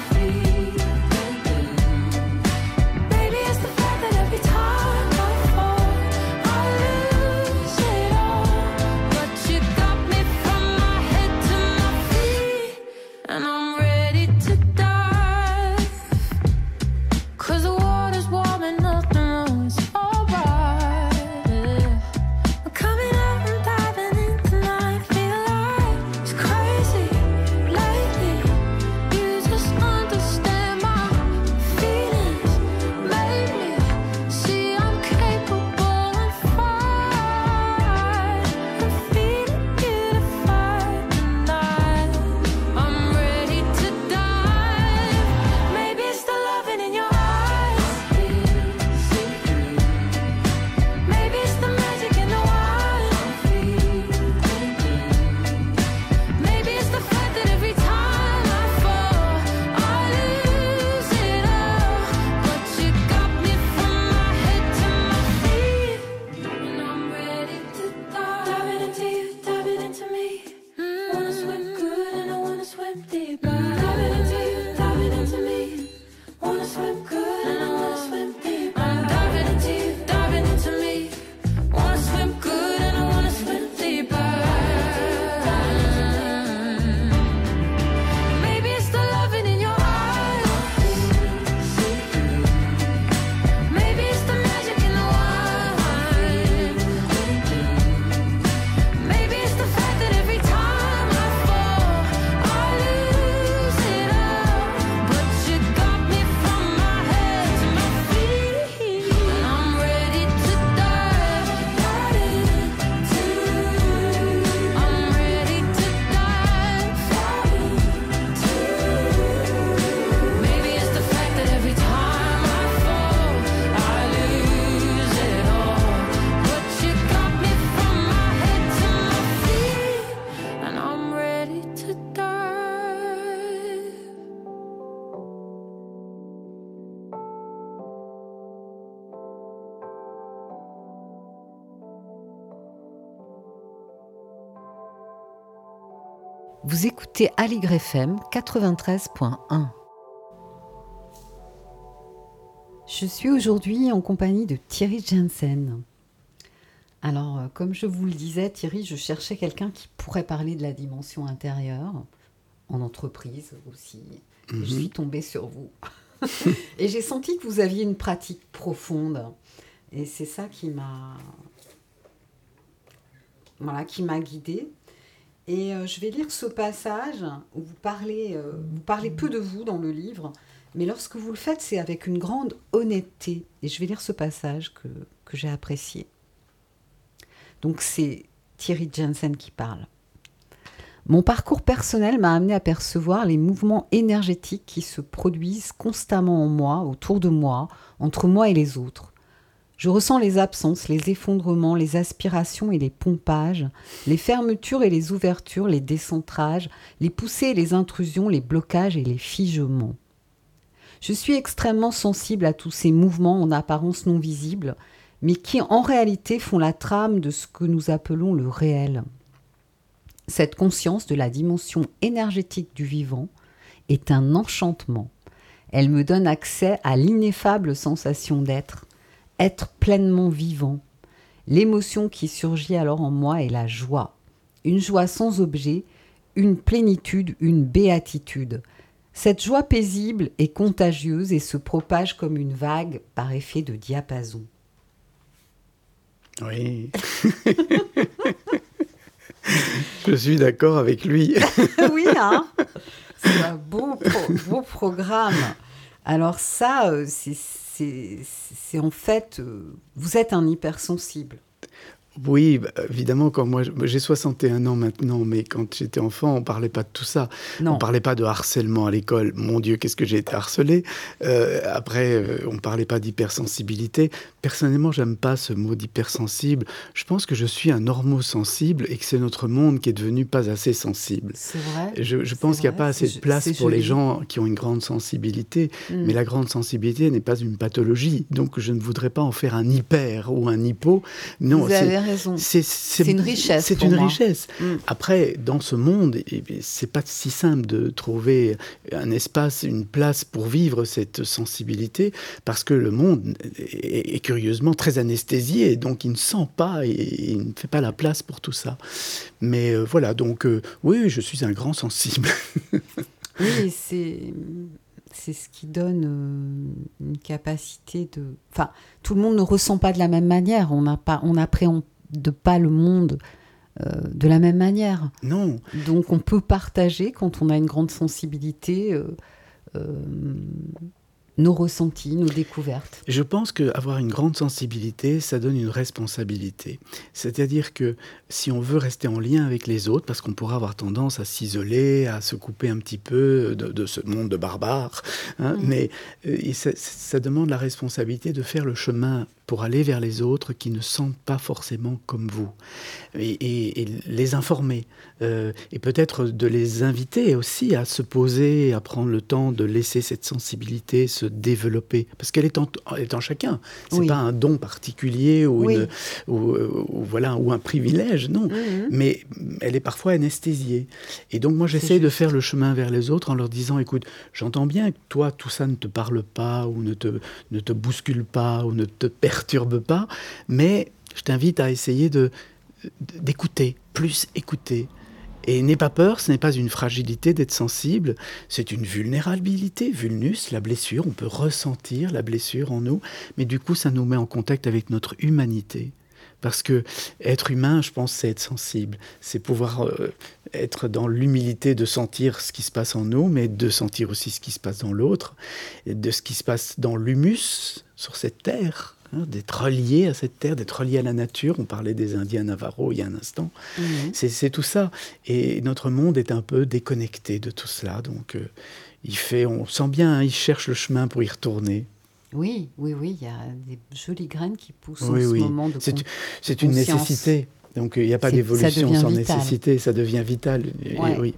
Maybe it's the fact that every time I fall, I lose it all. But you got me from my head to my feet, and I'm ready to dive. 'Cause the water's warm and nothing wrong, it's alright. Yeah. I'm coming out and diving in tonight. Feel like it's crazy lately. You just understand my feelings, make me see I'm capable of flying and feeling beautified tonight. I'm ready to dive. Maybe it's the loving in your eyes. Maybe it's the magic in the wild. Maybe it's the fact that every time I fall, I lose it all. But you got me from my head to my feet, and I'm ready to dive. Diving into you, diving into me. Wanna swim good and I wanna swim deeper. Diving into you, diving into me. Wanna swim good and I wanna swim deeper. I'm diving into you, diving into me. Wanna swim good and I wanna swim deeper. Maybe it's the loving in your eyes. Maybe it's the magic in the wild. Maybe it's the fact that every time I fall, I lose it all. But you got me from my head to my feet, and I'm ready to dive. I'm ready to dive. Maybe it's the fact that every time I fall, I lose it all. But you got me from my head to my feet, and I'm ready to dive. Vous écoutez Aligre F M quatre-vingt-treize point un. Je suis aujourd'hui en compagnie de Thierry Jensen. Alors, euh, comme je vous le disais, Thierry, je cherchais quelqu'un qui pourrait parler de la dimension intérieure, en entreprise aussi. Et je suis tombée sur vous. Et j'ai senti que vous aviez une pratique profonde. Et c'est ça qui m'a, voilà, qui m'a guidée. Et euh, je vais lire ce passage où vous parlez, euh, vous parlez peu de vous dans le livre, Mais lorsque vous le faites, c'est avec une grande honnêteté. Et je vais lire ce passage que, que j'ai apprécié. Donc c'est Thierry Jensen qui parle. Mon parcours personnel m'a amené à percevoir les mouvements énergétiques qui se produisent constamment en moi, autour de moi, entre moi et les autres. Je ressens les absences, les effondrements, les aspirations et les pompages, les fermetures et les ouvertures, les décentrages, les poussées et les intrusions, les blocages et les figements. Je suis extrêmement sensible à tous ces mouvements en apparence non visibles, mais qui en réalité font la trame de ce que nous appelons le réel. Cette conscience de la dimension énergétique du vivant est un enchantement. Elle me donne accès à l'ineffable sensation d'être, être pleinement vivant. L'émotion qui surgit alors en moi est la joie. Une joie sans objet, une plénitude, une béatitude. Cette joie paisible est contagieuse et se propage comme une vague par effet de diapason. Oui. Je suis d'accord avec lui. Oui, hein. C'est un beau, pro- beau programme. Alors ça, euh, c'est, c'est, c'est en fait... euh, vous êtes un hypersensible. Oui, bah, évidemment, quand moi, j'ai soixante et un ans maintenant, mais quand j'étais enfant, on ne parlait pas de tout ça. Non. On ne parlait pas de harcèlement à l'école. Mon Dieu, qu'est-ce que j'ai été harcelé. Euh, après, euh, on ne parlait pas d'hypersensibilité. Personnellement, j'aime pas ce mot d'hypersensible. Je pense que je suis un normosensible et que c'est notre monde qui est devenu pas assez sensible. C'est vrai. Je, je C'est pense qu'il n'y a vrai, pas assez c'est de place c'est pour les joli. gens qui ont une grande sensibilité. Mm. Mais la grande sensibilité n'est pas une pathologie. Donc, je ne voudrais pas en faire un hyper ou un hypo. Non, Vous c'est- avez raison. c'est, C'est une richesse C'est pour une moi. richesse. Mm. Après, dans ce monde, eh bien, c'est pas si simple de trouver un espace, une place pour vivre cette sensibilité, parce que le monde est, est curieusement très anesthésié, donc il ne sent pas et il ne fait pas la place pour tout ça. Mais euh, voilà, donc euh, oui, je suis un grand sensible. Oui, c'est, c'est ce qui donne euh, une capacité de... Enfin, tout le monde ne ressent pas de la même manière. On n'a pas, on n'appréhende pas le monde euh, de la même manière. Non, Donc, on peut partager, quand on a une grande sensibilité, euh, euh, nos ressentis, nos découvertes. je pense qu'avoir une grande sensibilité, ça donne une responsabilité. C'est-à-dire que si on veut rester en lien avec les autres, parce qu'on pourra avoir tendance à s'isoler, à se couper un petit peu de, de ce monde de barbares, hein, Mhm. mais euh, et ça, ça demande la responsabilité de faire le chemin pour aller vers les autres qui ne sentent pas forcément comme vous. Et, et- et les informer. Euh, et peut-être de les inviter aussi à se poser, à prendre le temps de laisser cette sensibilité se développer. Parce qu'elle est en, elle est en chacun. C'est Oui. pas un don particulier ou, Oui. une, ou, ou voilà, ou un privilège, non. Mhm. Mais elle est parfois anesthésiée. Et donc moi, C'est j'essaie de juste. faire le chemin vers les autres en leur disant, écoute, j'entends bien que toi, tout ça ne te parle pas ou ne te, ne te bouscule pas ou ne te perturbe pas, mais je t'invite à essayer de, d'écouter, plus écouter. Et n'aie pas peur, ce n'est pas une fragilité d'être sensible, c'est une vulnérabilité, vulnus, la blessure, on peut ressentir la blessure en nous, mais du coup ça nous met en contact avec notre humanité. Parce que être humain, je pense, c'est être sensible, c'est pouvoir euh, être dans l'humilité de sentir ce qui se passe en nous, mais de sentir aussi ce qui se passe dans l'autre, et de ce qui se passe dans l'humus sur cette terre, hein, d'être relié à cette terre, d'être relié à la nature. On parlait des Indiens Navarro il y a un instant. Mhm. C'est, c'est tout ça. Et notre monde est un peu déconnecté de tout cela. Donc, euh, il fait, on sent bien, hein, il cherche le chemin pour y retourner. Oui, oui, oui, il y a des jolies graines qui poussent Oui, en oui. ce moment de C'est, con- c'est une conscience. nécessité. Donc, euh, il n'y a pas C'est- ça d'évolution devient sans vital. nécessité. Ça devient vital. Et- Ouais. oui.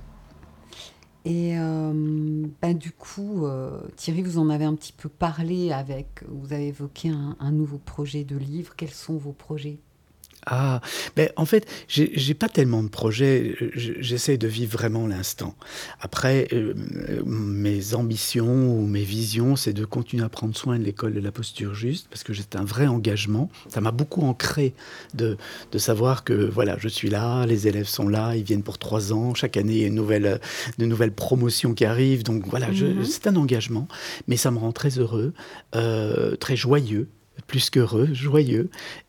Et euh, bah, du coup, euh, Thierry, vous en avez un petit peu parlé avec... Vous avez évoqué un, un nouveau projet de livre. Quels sont vos projets ? Ah, ben en fait, j'ai, j'ai pas tellement de projets. Je- J'essaie de vivre vraiment l'instant. Après, euh, mes ambitions ou mes visions, c'est de continuer à prendre soin de l'école de la posture juste, parce que c'est un vrai engagement. Ça m'a beaucoup ancré de, de savoir que voilà, je suis là, les élèves sont là, ils viennent pour trois ans. Chaque année, il y a une nouvelle, de nouvelles promotions qui arrivent. Donc voilà, je- Mhm. c'est un engagement, mais ça me rend très heureux, euh, très joyeux, plus qu'heureux, joyeux.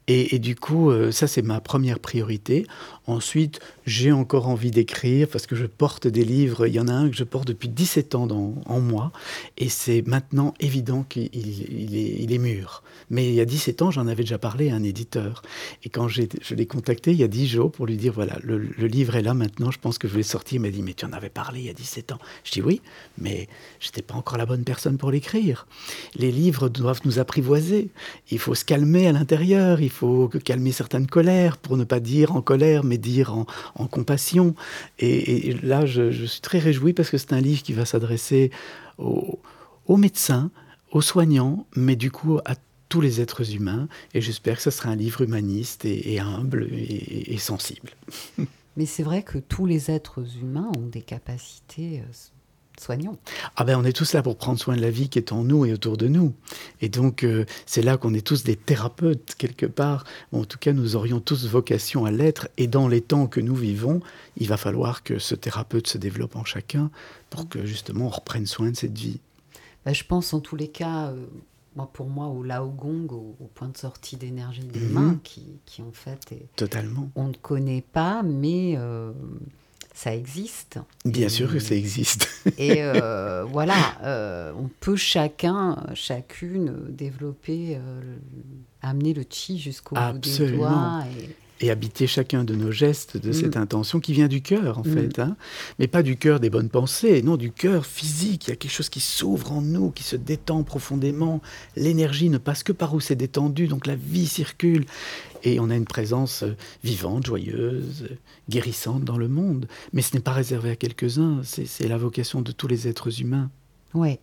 Et, et du coup, euh, ça, c'est ma première priorité. Ensuite, j'ai encore envie d'écrire parce que je porte des livres. Il y en a un que je porte depuis dix-sept ans dans, en moi. Et c'est maintenant évident qu'il il est, il est mûr. Mais il y a dix-sept ans, j'en avais déjà parlé à un éditeur. Et quand j'ai, je l'ai contacté il y a dix jours pour lui dire, voilà, le, le livre est là maintenant, je pense que je vais le sortir. Il m'a dit, mais tu en avais parlé il y a dix-sept ans. Je dis oui, mais je n'étais pas encore la bonne personne pour l'écrire. Les livres doivent nous apprivoiser. Il faut se calmer à l'intérieur. Il faut calmer certaines colères pour ne pas dire en colère, mais dire en, en compassion. Et, et là, je, je suis très réjoui parce que c'est un livre qui va s'adresser aux, aux médecins, aux soignants, mais du coup à tous les êtres humains. Et j'espère que ce sera un livre humaniste et, et humble et, et sensible. Mais c'est vrai que tous les êtres humains ont des capacités euh, soignantes. Ah ben, on est tous là pour prendre soin de la vie qui est en nous et autour de nous. Et donc, euh, c'est là qu'on est tous des thérapeutes, quelque part. Bon, en tout cas, nous aurions tous vocation à l'être. Et dans les temps que nous vivons, il va falloir que ce thérapeute se développe en chacun pour que, justement, on reprenne soin de cette vie. Bah, je pense, en tous les cas, euh, moi, pour moi, au Laogong, au, au point de sortie d'énergie des Mhm. mains, qui, qui, en fait, est- Totalement. on ne connaît pas, mais euh, ça existe. Bien Et- sûr que ça existe. Et euh, voilà, euh, on peut chacun, chacune développer, euh, le- amener le chi jusqu'au bout des Absolument. doigts. Et... Et habiter chacun de nos gestes, de Mm. cette intention qui vient du cœur, en Mm. fait. Hein. Mais pas du cœur des bonnes pensées, non, du cœur physique. Il y a quelque chose qui s'ouvre en nous, qui se détend profondément. L'énergie ne passe que par où c'est détendu, donc la vie circule. Et on a une présence euh, vivante, joyeuse, euh, guérissante dans le monde. Mais ce n'est pas réservé à quelques-uns, c'est, c'est la vocation de tous les êtres humains. Ouais.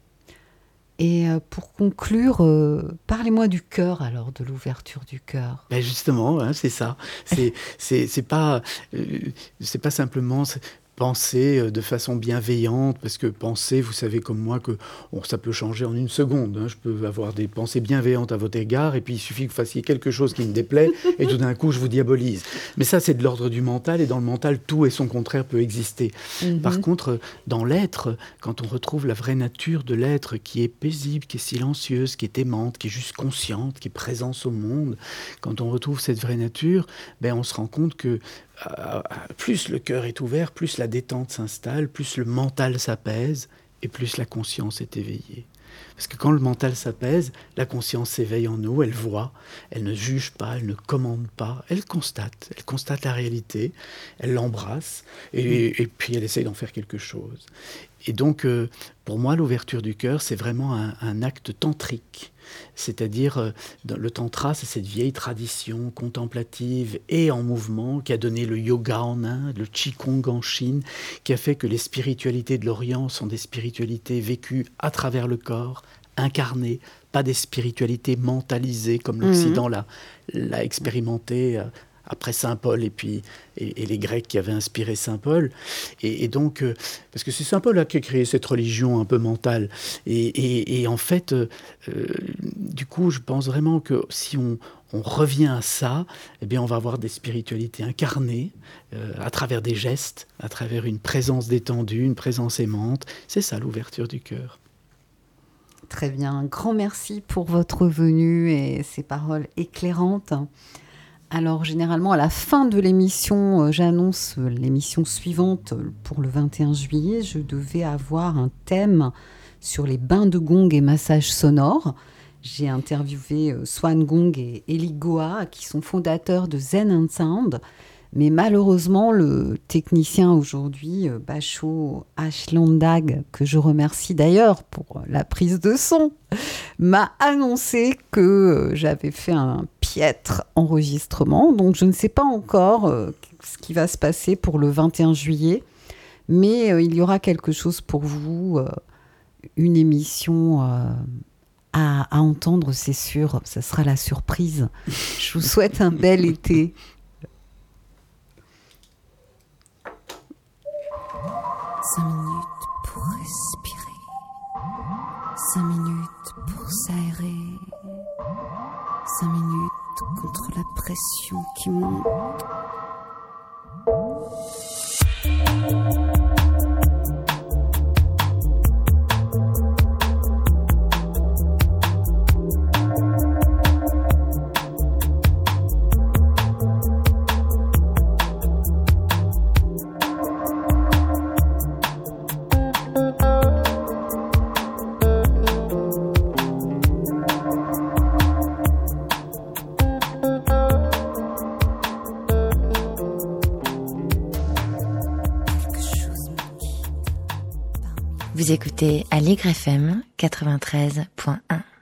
Et euh, pour conclure, euh, parlez-moi du cœur alors, de l'ouverture du cœur. Ben justement, hein, c'est ça. C'est, c'est, c'est pas, euh, c'est pas simplement c'est penser euh, de façon bienveillante, parce que penser, vous savez comme moi que bon, ça peut changer en une seconde. Hein. Je peux avoir des pensées bienveillantes à votre égard, et puis il suffit que vous fassiez quelque chose qui me déplaît, et tout d'un coup je vous diabolise. Mais ça, c'est de l'ordre du mental, et dans le mental, tout et son contraire peut exister. Mhm. Par contre, dans l'être, quand on retrouve la vraie nature de l'être qui est paisible, qui est silencieuse, qui est aimante, qui est juste consciente, qui est présence au monde, quand on retrouve cette vraie nature, ben on se rend compte que euh, plus le cœur est ouvert, plus la détente s'installe, plus le mental s'apaise et plus la conscience est éveillée. Parce que quand le mental s'apaise, la conscience s'éveille en nous, elle voit, elle ne juge pas, elle ne commande pas, elle constate, elle constate la réalité, elle l'embrasse et, et puis elle essaye d'en faire quelque chose. Et donc, euh, pour moi, l'ouverture du cœur, c'est vraiment un, un acte tantrique. C'est-à-dire, euh, dans le tantra, c'est cette vieille tradition contemplative et en mouvement qui a donné le yoga en Inde, le qigong en Chine, qui a fait que les spiritualités de l'Orient sont des spiritualités vécues à travers le corps, incarnées, pas des spiritualités mentalisées comme l'Occident l'a, l'a expérimenté euh, après Saint Paul et puis et, et les Grecs qui avaient inspiré Saint Paul. Et, et donc, euh, parce que c'est Saint Paul là, qui a créé cette religion un peu mentale. Et, et, et en fait, euh, euh, du coup, je pense vraiment que si on, on revient à ça, eh bien, on va avoir des spiritualités incarnées euh, à travers des gestes, à travers une présence détendue, une présence aimante. C'est ça l'ouverture du cœur. Très bien, un grand merci pour votre venue et ces paroles éclairantes. Alors, généralement, à la fin de l'émission, euh, j'annonce euh, l'émission suivante euh, pour le vingt et un juillet. Je devais avoir un thème sur les bains de gong et massages sonores. J'ai interviewé euh, Swan Gong et Eli Goa, qui sont fondateurs de Zen and Sound. Mais malheureusement, le technicien aujourd'hui, euh, Basho Ashlandag, que je remercie d'ailleurs pour la prise de son, m'a annoncé que euh, j'avais fait un piètre enregistrement. Donc je ne sais pas encore euh, ce qui va se passer pour le vingt et un juillet, mais euh, il y aura quelque chose pour vous, euh, une émission euh, à, à entendre, c'est sûr. Ça sera la surprise. Je vous souhaite un bel été. Cinq minutes pour respirer. Cinq minutes pour s'aérer. Cinq minutes contre la pression qui monte. Vous écoutez Allegre F M quatre-vingt-treize point un.